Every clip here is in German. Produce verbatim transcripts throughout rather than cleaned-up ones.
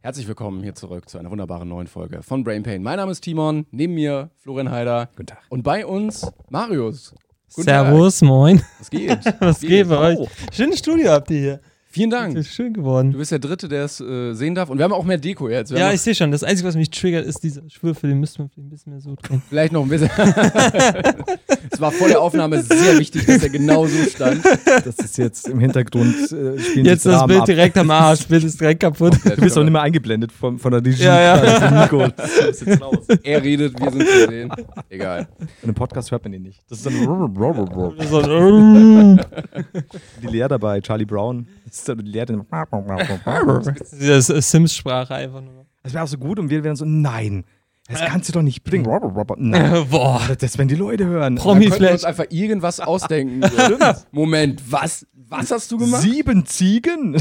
Herzlich willkommen hier zurück zu einer wunderbaren neuen Folge von Brain Pain. Mein Name ist Timon, neben mir Florian Heider. Guten Tag. Und bei uns Marius. Guten Servus, Tag. Moin. Was geht? Was geht bei euch? Schönes Studio habt ihr hier. Vielen Dank. Das ist schön geworden. Du bist der Dritte, der es äh, sehen darf. Und wir haben auch mehr Deko jetzt. Wir ja, ich sehe schon. Das Einzige, was mich triggert, ist dieser Schwürfel. Den müssten wir vielleicht ein bisschen mehr so drehen. Vielleicht noch ein bisschen. Es war vor der Aufnahme sehr wichtig, dass er genau so stand. Das ist jetzt im Hintergrund. Äh, spielen jetzt das Bild ab. Direkt am Arsch. Das Bild ist direkt kaputt. Du bist auch nicht mehr eingeblendet von, von der Regie. Ja, ja. Also Nico. Das ist jetzt raus. Er redet, wir sind zu sehen. Egal. Und im Podcast hört man ihn nicht. Das ist dann die Lehrer dabei, Charlie Brown. Das ist dann die Lehrer. Das ist Sims-Sprache einfach nur. Das wäre auch so gut und wir wären so, nein, das kannst du doch nicht bringen. Nein. Boah. Das, wenn die Leute hören. Promi können wir uns einfach irgendwas ausdenken. So. Moment, was? Was hast du gemacht? Sieben Ziegen?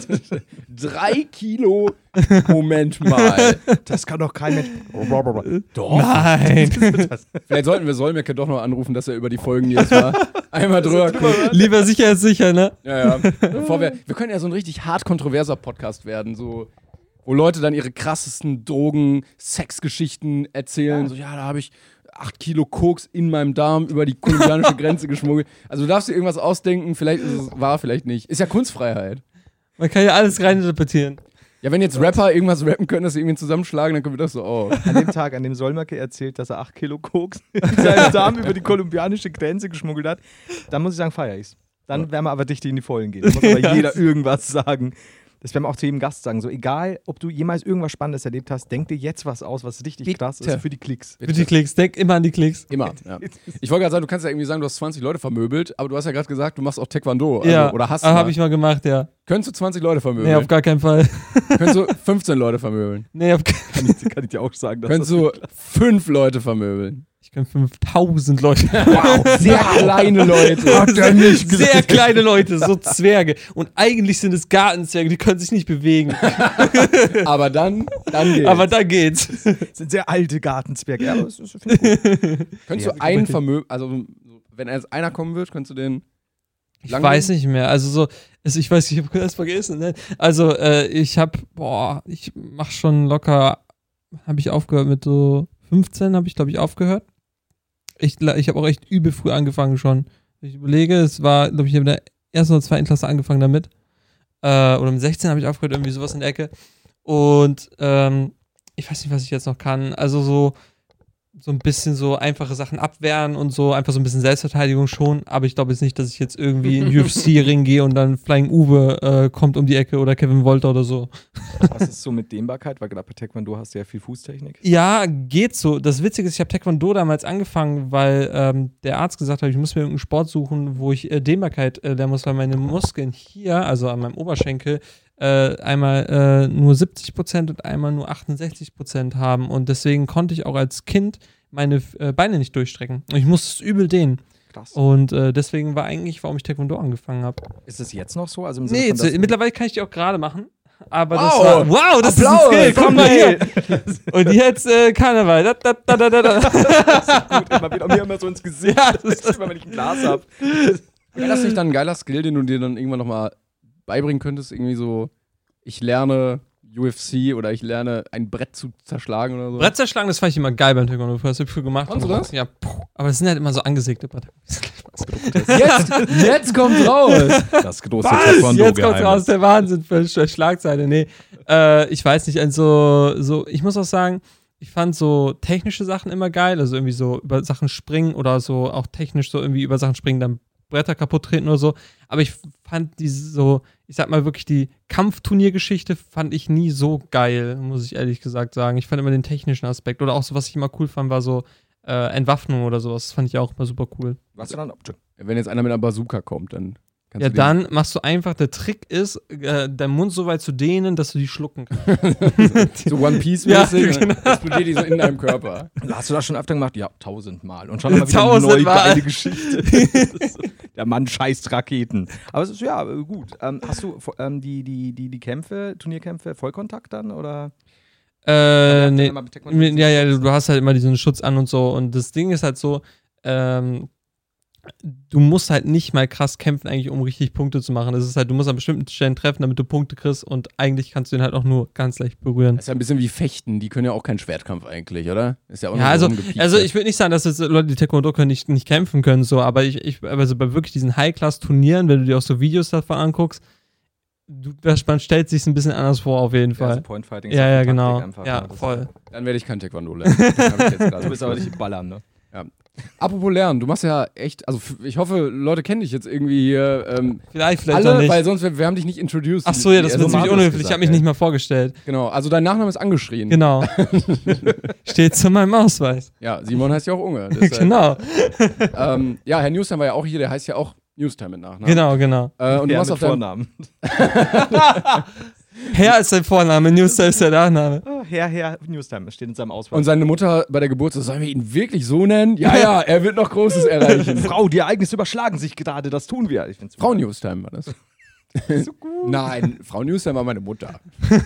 Drei Kilo? Moment mal. Das kann doch kein Mensch. Doch. Nein. Vielleicht sollten wir Solmecke doch noch anrufen, dass er über die Folgen jetzt mal einmal drüber guckt. Lieber sicher als sicher, ne? Ja, ja. Bevor wir, wir können ja so ein richtig hart kontroverser Podcast werden, so, wo Leute dann ihre krassesten Drogen-, Sexgeschichten erzählen. Ja. So, ja, da habe ich acht Kilo Koks in meinem Darm über die kolumbianische Grenze geschmuggelt. Also du darfst dir irgendwas ausdenken, vielleicht ist es wahr, vielleicht nicht. Ist ja Kunstfreiheit. Man kann ja alles reininterpretieren. Ja, wenn jetzt Rapper irgendwas rappen können, dass sie irgendwie zusammenschlagen, dann können wir das so, oh. An dem Tag, an dem Solmecke erzählt, dass er acht Kilo Koks in seinem Darm über die kolumbianische Grenze geschmuggelt hat, dann muss ich sagen, feier ich's. Dann werden wir aber dicht in die Vollen gehen. Da muss aber jeder irgendwas sagen. Das werden wir auch zu jedem Gast sagen. So, egal, ob du jemals irgendwas Spannendes erlebt hast, denk dir jetzt was aus, was richtig Bitte. krass ist für die Klicks. Bitte. Für die Klicks. Denk immer an die Klicks. Immer, ja. Ich wollte gerade sagen, du kannst ja irgendwie sagen, du hast zwanzig Leute vermöbelt, aber du hast ja gerade gesagt, du machst auch Taekwondo. Also, ja, oder hast du habe ich mal gemacht, ja. Könntest du zwanzig Leute vermöbeln? Nee, auf gar keinen Fall. Könntest du fünfzehn Leute vermöbeln? Nee, auf keinen Fall. Kann ich, kann ich dir auch sagen. Dass Könntest du fünf Leute vermöbeln? Ich kann fünftausend Leute. Wow, sehr kleine Leute. Hat er nicht gesagt. Sehr kleine Leute, so Zwerge. Und eigentlich sind es Gartenzwerge, die können sich nicht bewegen. Aber dann, dann geht's. Aber dann geht's. Das sind sehr alte Gartenzwerge. Ja, aber das ist, finde ich gut. Könntest Ja, du einen vermöbeln, also wenn jetzt einer kommen wird, könntest du den Ich weiß nicht mehr. Also so, also ich weiß, ich habe das vergessen. Ne? Also äh, ich habe, boah, ich mach schon locker, habe ich aufgehört mit so fünfzehn, habe ich glaube ich aufgehört. Ich, ich habe auch echt übel früh angefangen schon. Ich überlege, es war, glaube ich, in der ersten oder zweiten Klasse angefangen damit. Äh, oder mit sechzehn habe ich aufgehört, irgendwie sowas in der Ecke. Und ähm, ich weiß nicht, was ich jetzt noch kann. Also so, so ein bisschen so einfache Sachen abwehren und so, einfach so ein bisschen Selbstverteidigung schon. Aber ich glaube jetzt nicht, dass ich jetzt irgendwie in U F C-Ring gehe und dann Flying Uwe äh, kommt um die Ecke oder Kevin Wolter oder so. Was ist so mit Dehnbarkeit? Weil gerade bei Taekwondo hast du ja viel Fußtechnik. Ja, geht so. Das Witzige ist, ich habe Taekwondo damals angefangen, weil ähm, der Arzt gesagt hat, ich muss mir irgendeinen Sport suchen, wo ich äh, Dehnbarkeit äh, lernen muss, weil meine Muskeln hier, also an meinem Oberschenkel, äh, einmal äh, nur siebzig Prozent und einmal nur achtundsechzig Prozent haben. Und deswegen konnte ich auch als Kind meine äh, Beine nicht durchstrecken. Und ich musste es übel dehnen. Krass. Und äh, deswegen war eigentlich, warum ich Taekwondo angefangen habe. Ist das jetzt noch so? Also im Sinne Nee, von, jetzt, mittlerweile kann ich die auch gerade machen. Aber das Wow. war, wow, das Applaus. ist ein Skill, komm mal her. Und jetzt äh, Karneval. Da, da, da, da, da. das ist gut. Immer wieder mir immer so ins Gesicht. Ja, das ist immer, wenn ich ein Glas habe. Wäre das nicht dann ein geiler Skill, den du dir dann irgendwann nochmal beibringen könntest? Irgendwie so, ich lerne U F C oder ich lerne ein Brett zu zerschlagen oder so? Brett zerschlagen, das fand ich immer geil beim Taekwondo. Das habe ich früher gemacht. Fandst du das? Ja, puh. Aber es sind halt immer so angesägte Bretter. Jetzt, jetzt kommt raus. Das große Was? Jetzt kommt raus, der Wahnsinn für Schlagzeile. Nee, äh, ich weiß nicht, also so, ich muss auch sagen, ich fand so technische Sachen immer geil, also irgendwie so über Sachen springen oder so auch technisch so irgendwie über Sachen springen, dann Bretter kaputt treten oder so. Aber ich fand diese so, ich sag mal wirklich die Kampfturniergeschichte fand ich nie so geil, muss ich ehrlich gesagt sagen. Ich fand immer den technischen Aspekt oder auch so, was ich immer cool fand, war so äh, Entwaffnung oder sowas. Das fand ich auch immer super cool. Was du dann? Wenn jetzt einer mit einer Bazooka kommt, dann kannst Ja, du den- dann machst du einfach, der Trick ist, äh, deinen Mund so weit zu dehnen, dass du die schlucken kannst. so One Piece-mäßig, Ja, genau. dann explodiert die so in deinem Körper. Hast du das schon öfter gemacht? Ja, tausendmal. Und schon mal wieder eine Tausendmal. neue geile Geschichte. Der Mann scheißt Raketen. Aber es ist ja gut. Ähm, hast du ähm, die, die, die, die Kämpfe, Turnierkämpfe, Vollkontakt dann? Oder? Äh, nee. Immer mit Taekwondo- Ja, ja, du hast halt immer diesen Schutz an und so. Und das Ding ist halt so, ähm, du musst halt nicht mal krass kämpfen, eigentlich, um richtig Punkte zu machen. Es ist halt, du musst an bestimmten Stellen treffen, damit du Punkte kriegst und eigentlich kannst du ihn halt auch nur ganz leicht berühren. Das ist ja ein bisschen wie Fechten, die können ja auch keinen Schwertkampf eigentlich, oder? Ist ja auch Ja, nur also, so rumgepiekt. also ich würde nicht sagen, dass jetzt Leute, die Taekwondo können, nicht, nicht kämpfen können, so, aber ich, ich also bei wirklich diesen High-Class-Turnieren, wenn du dir auch so Videos davon anguckst, du, man stellt sich ein bisschen anders vor, auf jeden Fall. Also Point-Fighting ist Ja, auch ja, eine genau. Taktik einfach, Ja, ne? Das voll. Dann werde ich kein Taekwondo lernen. Hab ich jetzt gerade Du bist aber beschlossen. nicht ballern, ne? Ja. Apropos lernen, du machst ja echt, also f- ich hoffe, Leute kennen dich jetzt irgendwie hier. Ähm, Vielleicht, vielleicht auch alle, nicht. weil sonst, wir, wir haben dich nicht introduced. Ach so, ja, das Die- wird also, ziemlich Marius unhöflich. Ich habe gesagt, mich ey. nicht mal vorgestellt. Genau, also dein Nachname ist angeschrien. Genau. Steht zu meinem Ausweis. Ja, Simon heißt ja auch Unge. deshalb- Genau. Ähm, ja, Herr Newstime war ja auch hier, der heißt ja auch Newstime mit Nachnamen. Genau, genau. Äh, und du Ja, machst mit auf deinem, Vornamen. Herr ist sein Vorname, Newster ist der Nachname. Oh, Herr, Herr Newstime, das steht in seinem Ausweis. und seine Mutter bei der Geburt so, sollen wir ihn wirklich so nennen? Ja, ja, er wird noch Großes erreichen. Frau, die Ereignisse überschlagen sich gerade, das tun wir. Ich find's Frau super. Newstime war das. So gut. Nein, Frau Newstime war meine Mutter.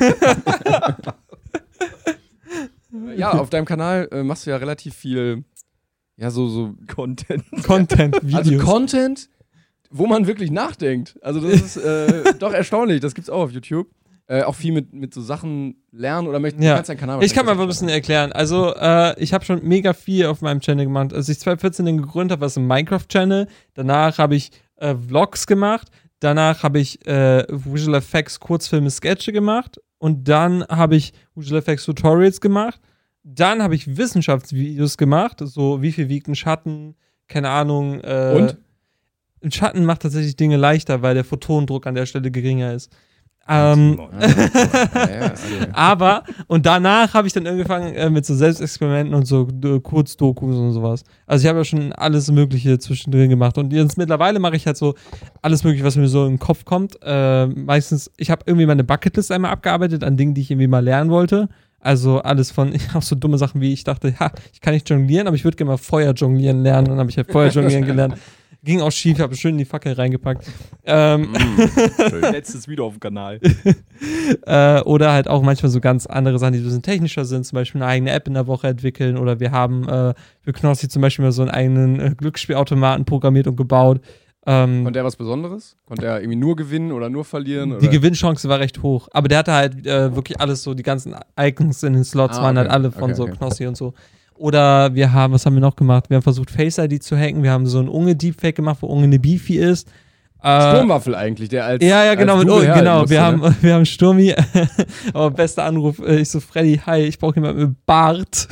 Ja, auf deinem Kanal äh, machst du ja relativ viel, ja, so, so, Content. Content, also Videos. Content, wo man wirklich nachdenkt. Also das ist äh, doch erstaunlich, das gibt's auch auf YouTube. Äh, auch viel mit, mit so Sachen lernen oder möchtest Ja. du kannst deinen Kanal Ich kann mal ein wahrscheinlich bisschen erklären. Also, äh, ich habe schon mega viel auf meinem Channel gemacht. Als ich zwanzig vierzehn den gegründet habe, war es ein Minecraft-Channel. Danach habe ich äh, Vlogs gemacht. Danach habe ich äh, Visual Effects, Kurzfilme, Sketche gemacht. Und dann habe ich Visual Effects Tutorials gemacht. Dann habe ich Wissenschaftsvideos gemacht. So, wie viel wiegt ein Schatten? Keine Ahnung. Äh, Und? Ein Schatten macht tatsächlich Dinge leichter, weil der Photondruck an der Stelle geringer ist. Ähm, Ja, ja, ja, okay. aber, und danach habe ich dann angefangen äh, mit so Selbstexperimenten und so äh, Kurzdokus und sowas. Also ich habe ja schon alles Mögliche zwischendrin gemacht. Und jetzt mittlerweile mache ich halt so alles Mögliche, was mir so im Kopf kommt. Äh, meistens, ich habe irgendwie meine Bucketlist einmal abgearbeitet an Dingen, die ich irgendwie mal lernen wollte. Also alles von, auch so dumme Sachen wie, ich dachte, ja, ich kann nicht jonglieren, aber ich würde gerne mal Feuer jonglieren lernen. Und dann habe ich halt Feuer jonglieren gelernt. Ging auch schief, habe schön in die Fackel reingepackt. Ähm, Letztes Video auf dem Kanal. äh, oder halt auch manchmal so ganz andere Sachen, die so ein bisschen technischer sind, zum Beispiel eine eigene App in der Woche entwickeln oder wir haben äh, für Knossi zum Beispiel mal so einen eigenen äh, Glücksspielautomaten programmiert und gebaut. Ähm, Konnte er was Besonderes? Konnte er irgendwie nur gewinnen oder nur verlieren? die oder? Gewinnchance war recht hoch, aber der hatte halt äh, wirklich alles so, die ganzen Icons in den Slots Ah, waren okay. halt alle von Okay, so okay. Knossi und so. Oder wir haben, was haben wir noch gemacht? Wir haben versucht, Face I D zu hacken. Wir haben so ein Unge-Deepfake gemacht, wo Unge eine Beefy ist. Äh, Sturmwaffel eigentlich, der als. Ja, ja, genau, als mit du Unge, herhalten genau. musste, Wir, ne? haben, wir haben Sturmi, aber bester Anruf. äh, Ich so, Freddy, hi, ich brauche jemanden mit Bart.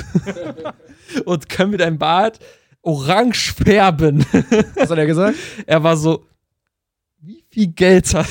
Und können wir deinen Bart orange färben. Was hat er gesagt? Er war so, wie viel Geld hat.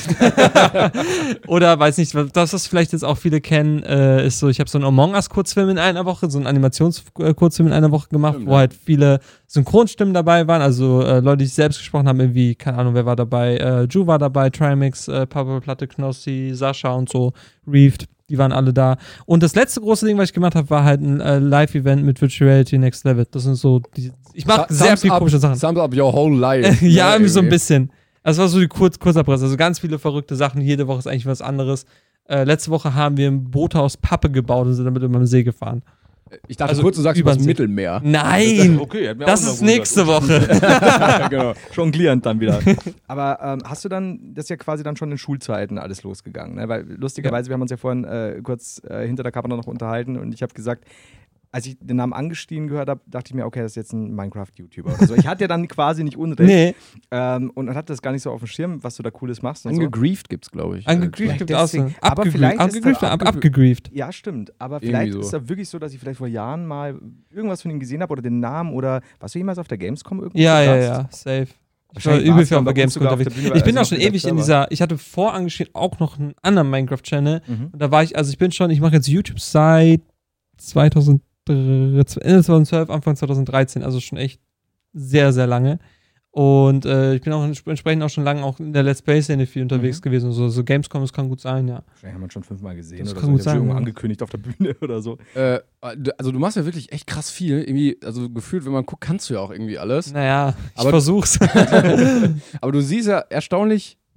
Oder weiß nicht, das, was vielleicht jetzt auch viele kennen, äh, ist so, ich habe so einen Among Us-Kurzfilm in einer Woche, so einen Animationskurzfilm in einer Woche gemacht, Stimmt, wo ja. halt viele Synchronstimmen dabei waren, also äh, Leute, die sich selbst gesprochen haben, irgendwie, keine Ahnung, wer war dabei, äh, Ju war dabei, Trimix, äh, Papa Platte, Knossi, Sascha und so, Reefed, die waren alle da. Und das letzte große Ding, was ich gemacht habe, war halt ein äh, Live-Event mit Virtual Reality Next Level. Das sind so, die, ich mache Su- sehr sums viel up, komische Sachen. Sums up your whole life. Ja, irgendwie so ein irgendwie. bisschen. Das war so die Kurz Kurzabriss. Also ganz viele verrückte Sachen. Jede Woche ist eigentlich was anderes. Äh, letzte Woche haben wir ein Boot aus Pappe gebaut und sind damit über den See gefahren. Ich dachte Also kurz, du sagst über übers den See. Mittelmeer. Nein! Okay, hat mir Das auch ist noch nächste Woche. genau. Jonglierend dann wieder. Aber ähm, hast du dann, das ist ja quasi dann schon in Schulzeiten alles losgegangen, ne? Weil lustigerweise, wir haben uns ja vorhin äh, kurz äh, hinter der Kamera noch unterhalten und ich habe gesagt, als ich den Namen Angestien gehört habe, dachte ich mir, okay, das ist jetzt ein Minecraft-YouTuber oder so. Ich hatte ja dann quasi nicht Unrecht Nee, ähm, und hatte das gar nicht so auf dem Schirm, was du da Cooles machst und so. Angegrieft gibt's, glaube ich. angegrieft vielleicht gibt es auch so. deswegen. Aber Abgegrieft, vielleicht ist abgegrieft, da ab, abge- abgegrieft. Ja, stimmt. Aber Irgendwie vielleicht so. ist da wirklich so, dass ich vielleicht vor Jahren mal irgendwas von ihm gesehen habe oder den Namen oder warst du jemals auf der Gamescom irgendwo? Ja, zu ja, Gast? ja, safe. Ich war Wahrscheinlich übel warst viel du auf der aber gut Gamescom sogar auf der unterwegs. Bühne, Ich bin als auch schon ich auf ewig der in war. dieser, ich hatte vor Angestehen auch noch einen anderen Minecraft-Channel. Mhm. Und da war ich, also ich bin schon, ich mache jetzt YouTube seit zweitausend, Ende zweitausendzwölf, Anfang zweitausenddreizehn, also schon echt sehr, sehr lange. Und äh, ich bin auch entsprechend auch schon lange auch in der Let's Play-Szene viel unterwegs Mhm. gewesen. So, so Gamescom, das kann gut sein, ja. Wahrscheinlich haben wir schon fünfmal gesehen Das oder kann so. gut Ich hab sein, schon ja. angekündigt auf der Bühne oder so. Äh, also du machst ja wirklich echt krass viel. Irgendwie, also gefühlt, wenn man guckt, kannst du ja auch irgendwie alles. Naja, ich Aber- versuch's. Aber du siehst ja erstaunlich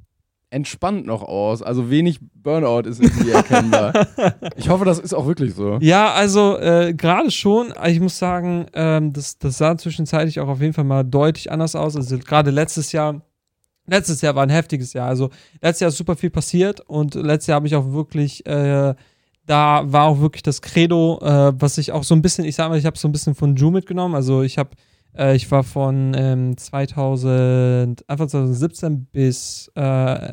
entspannt noch aus. Also wenig Burnout ist irgendwie erkennbar. Ich hoffe, das ist auch wirklich so. Ja, also äh, gerade schon. Ich muss sagen, ähm, das, das sah zwischenzeitlich auch auf jeden Fall mal deutlich anders aus. Also gerade letztes Jahr, letztes Jahr war ein heftiges Jahr. Also letztes Jahr ist super viel passiert und letztes Jahr habe ich auch wirklich, äh, da war auch wirklich das Credo, äh, was ich auch so ein bisschen, ich sag mal, ich habe so ein bisschen von Drew mitgenommen. Also ich habe Äh, ich war von ähm, zweitausend, Anfang zwanzig siebzehn bis äh,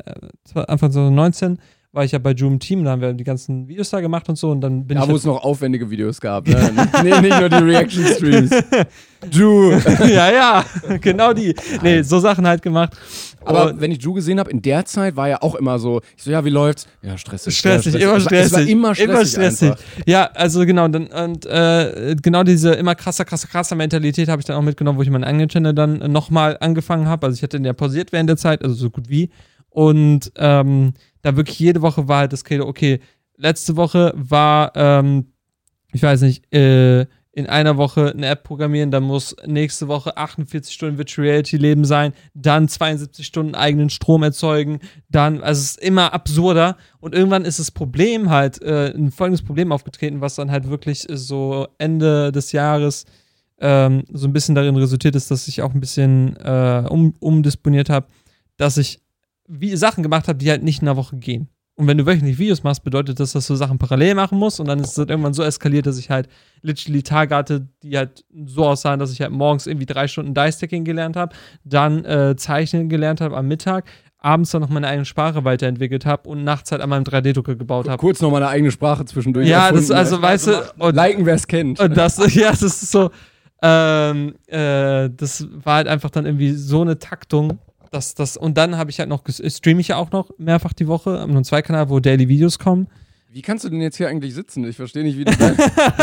Anfang zwanzig neunzehn war ich ja bei Drew im Team, da haben wir die ganzen Videos da gemacht und so und dann bin ja, ich... wo es noch aufwendige Videos gab, ne? Nee, nicht nur die Reaction-Streams. Drew. ja, ja, genau die. Nee, so Sachen halt gemacht. Aber und wenn ich Drew gesehen habe, in der Zeit war ja auch immer so, ich so, ja, wie läuft's? Ja, stressig. Stressig, ja, immer stressig. Es war immer stressig. Immer stressig. Einfach. Ja, also genau, dann, und äh, genau diese immer krasser, krasser, krasser Mentalität habe ich dann auch mitgenommen, wo ich meinen eigenen Channel dann nochmal angefangen habe. Also ich hatte den ja pausiert während der Zeit, also so gut wie. Und ähm, da wirklich jede Woche war halt das Credo, okay, letzte Woche war, ähm, ich weiß nicht, äh, in einer Woche eine App programmieren, dann muss nächste Woche achtundvierzig Stunden Virtual Reality Leben sein, dann zweiundsiebzig Stunden eigenen Strom erzeugen, dann, also es ist immer absurder und irgendwann ist das Problem halt, äh, ein folgendes Problem aufgetreten, was dann halt wirklich so Ende des Jahres ähm, so ein bisschen darin resultiert ist, dass ich auch ein bisschen äh, um, umdisponiert habe, dass ich wie Sachen gemacht habe, die halt nicht in einer Woche gehen. Und wenn du wöchentlich Videos machst, bedeutet das, dass du Sachen parallel machen musst und dann ist es halt irgendwann so eskaliert, dass ich halt literally Tage hatte, die halt so aussahen, dass ich halt morgens irgendwie drei Stunden Dice-Stacking gelernt habe, dann äh, Zeichnen gelernt habe am Mittag, abends dann noch meine eigene Sprache weiterentwickelt habe und nachts halt an meinem drei D-Drucker gebaut habe. Kurz noch meine eigene Sprache zwischendurch. Ja, das, erfunden, also, ne? weißt du, und, liken, wer es kennt. und das, ja, das ist so, ähm, äh, das war halt einfach dann irgendwie so eine Taktung. Das, das, und dann habe ich halt noch, streame ich ja auch noch mehrfach die Woche am zwei-Kanal, wo Daily Videos kommen. Wie kannst du denn jetzt hier eigentlich sitzen? Ich verstehe nicht, wie du da,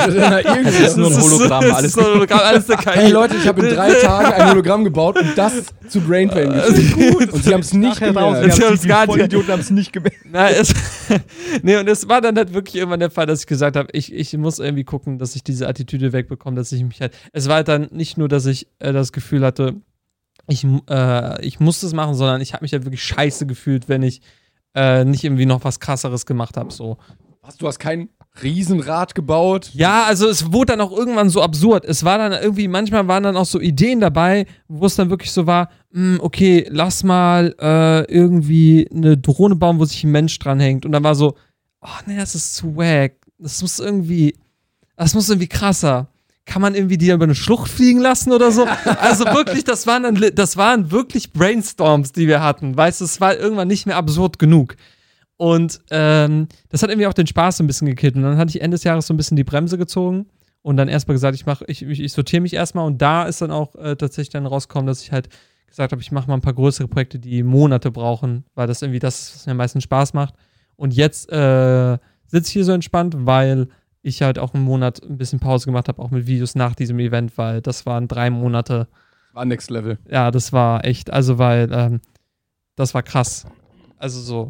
das ist nur ein Hologramm, das alles ist nur ein Hologramm, alles der K I. Hey Leute, ich habe in drei Tagen ein Hologramm gebaut und das zu Brainpain geschickt. Und sie haben es nicht gemerkt. Sie haben es gar nicht. Idioten haben es nicht gemerkt. Na, es, nee, und es war dann halt wirklich irgendwann der Fall, dass ich gesagt habe, ich, ich muss irgendwie gucken, dass ich diese Attitüde wegbekomme, dass ich mich halt, es war halt dann nicht nur, dass ich äh, das Gefühl hatte, ich, äh, ich muss das machen, sondern ich habe mich halt wirklich scheiße gefühlt, wenn ich äh, nicht irgendwie noch was Krasseres gemacht habe, so. Was, du hast kein Riesenrad gebaut? Ja, also es wurde dann auch irgendwann so absurd. Es war dann irgendwie, manchmal waren dann auch so Ideen dabei, wo es dann wirklich so war, mh, okay, lass mal äh, irgendwie eine Drohne bauen, wo sich ein Mensch dranhängt. Und dann war so, oh nee, das ist zu wack. Das muss irgendwie, das muss irgendwie krasser. Kann man irgendwie die über eine Schlucht fliegen lassen oder so? Also wirklich, das waren dann, das waren wirklich Brainstorms, die wir hatten. Weißt du, es war irgendwann nicht mehr absurd genug. Und ähm, das hat irgendwie auch den Spaß so ein bisschen gekillt. Und dann hatte ich Ende des Jahres so ein bisschen die Bremse gezogen und dann erstmal gesagt, ich mach, ich, ich, ich sortiere mich erstmal. Und da ist dann auch äh, tatsächlich dann rausgekommen, dass ich halt gesagt habe, ich mache mal ein paar größere Projekte, die Monate brauchen, weil das irgendwie das ist, was mir am meisten Spaß macht. Und jetzt äh, sitze ich hier so entspannt, weil ich halt auch einen Monat ein bisschen Pause gemacht habe, auch mit Videos nach diesem Event, weil das waren drei Monate. War Next Level. Ja, das war echt, also weil, ähm, das war krass. Also so.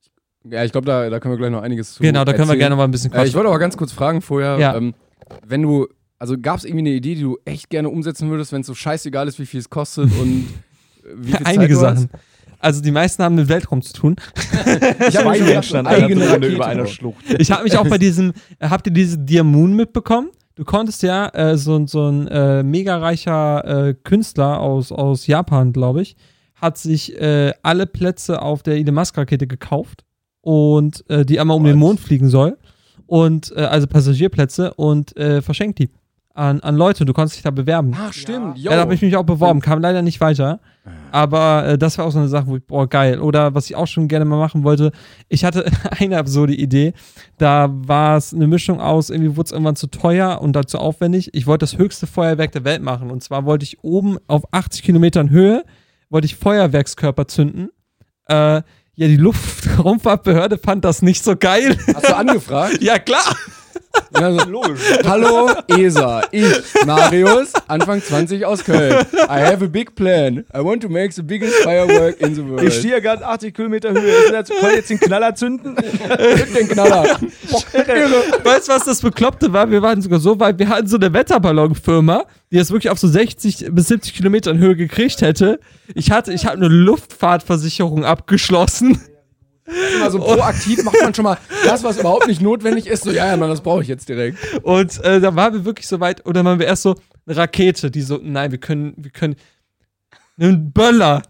Ja, ich glaube, da, da können wir gleich noch einiges zu Genau, da können erzählen. wir gerne mal ein bisschen quatschen. Äh, ich wollte aber ganz kurz fragen vorher, Ja. ähm, wenn du, also gab es irgendwie eine Idee, die du echt gerne umsetzen würdest, wenn es so scheißegal ist, wie viel es kostet und wie viel Einige Zeit du hast? Sachen. Also die meisten haben mit Weltraum zu tun. Ich habe Zwei Menschen an einer eigene Drohne Rakete über einer gebaut. Schlucht. Ich habe mich auch bei diesem, äh, habt ihr diese Dear Moon mitbekommen? Du konntest ja äh, so, so ein äh, mega reicher äh, Künstler aus, aus Japan, glaube ich, hat sich äh, alle Plätze auf der Elon Musk Rakete gekauft und äh, die einmal um What? den Mond fliegen soll und äh, also Passagierplätze und äh, verschenkt die an, an Leute. Du konntest dich da bewerben. Ach, stimmt. Ja, da habe ich mich auch beworben, kam leider nicht weiter. Aber äh, das war auch so eine Sache, wo ich, boah, geil. Oder was ich auch schon gerne mal machen wollte, ich hatte eine absurde Idee. Da war es eine Mischung aus, irgendwie wurde es irgendwann zu teuer und dazu aufwendig. Ich wollte das höchste Feuerwerk der Welt machen. Und zwar wollte ich oben auf achtzig Kilometern Höhe, wollte ich Feuerwerkskörper zünden. Äh, ja, die Luftraumfahrtbehörde fand das nicht so geil. Hast du angefragt? Ja, klar. Ja, so, logisch. Hallo, E S A. Ich, Marius, Anfang zwanzig aus Köln. I have a big plan. I want to make the biggest firework in the world. Ich stehe gerade achtzig Kilometer Höhe. Kann ich jetzt den Knaller zünden? Zünd den Knaller. Weißt du, was das Bekloppte war? Wir waren sogar so weit, wir hatten so eine Wetterballonfirma, die das wirklich auf so sechzig bis siebzig Kilometern Höhe gekriegt hätte. Ich hatte, ich habe eine Luftfahrtversicherung abgeschlossen. Immer so proaktiv macht man schon mal das, was überhaupt nicht notwendig ist. So, ja, ja, Mann, das brauche ich jetzt direkt. Und äh, da waren wir wirklich so weit, oder waren wir erst so eine Rakete, die so, nein, wir können, wir können, einen Böller.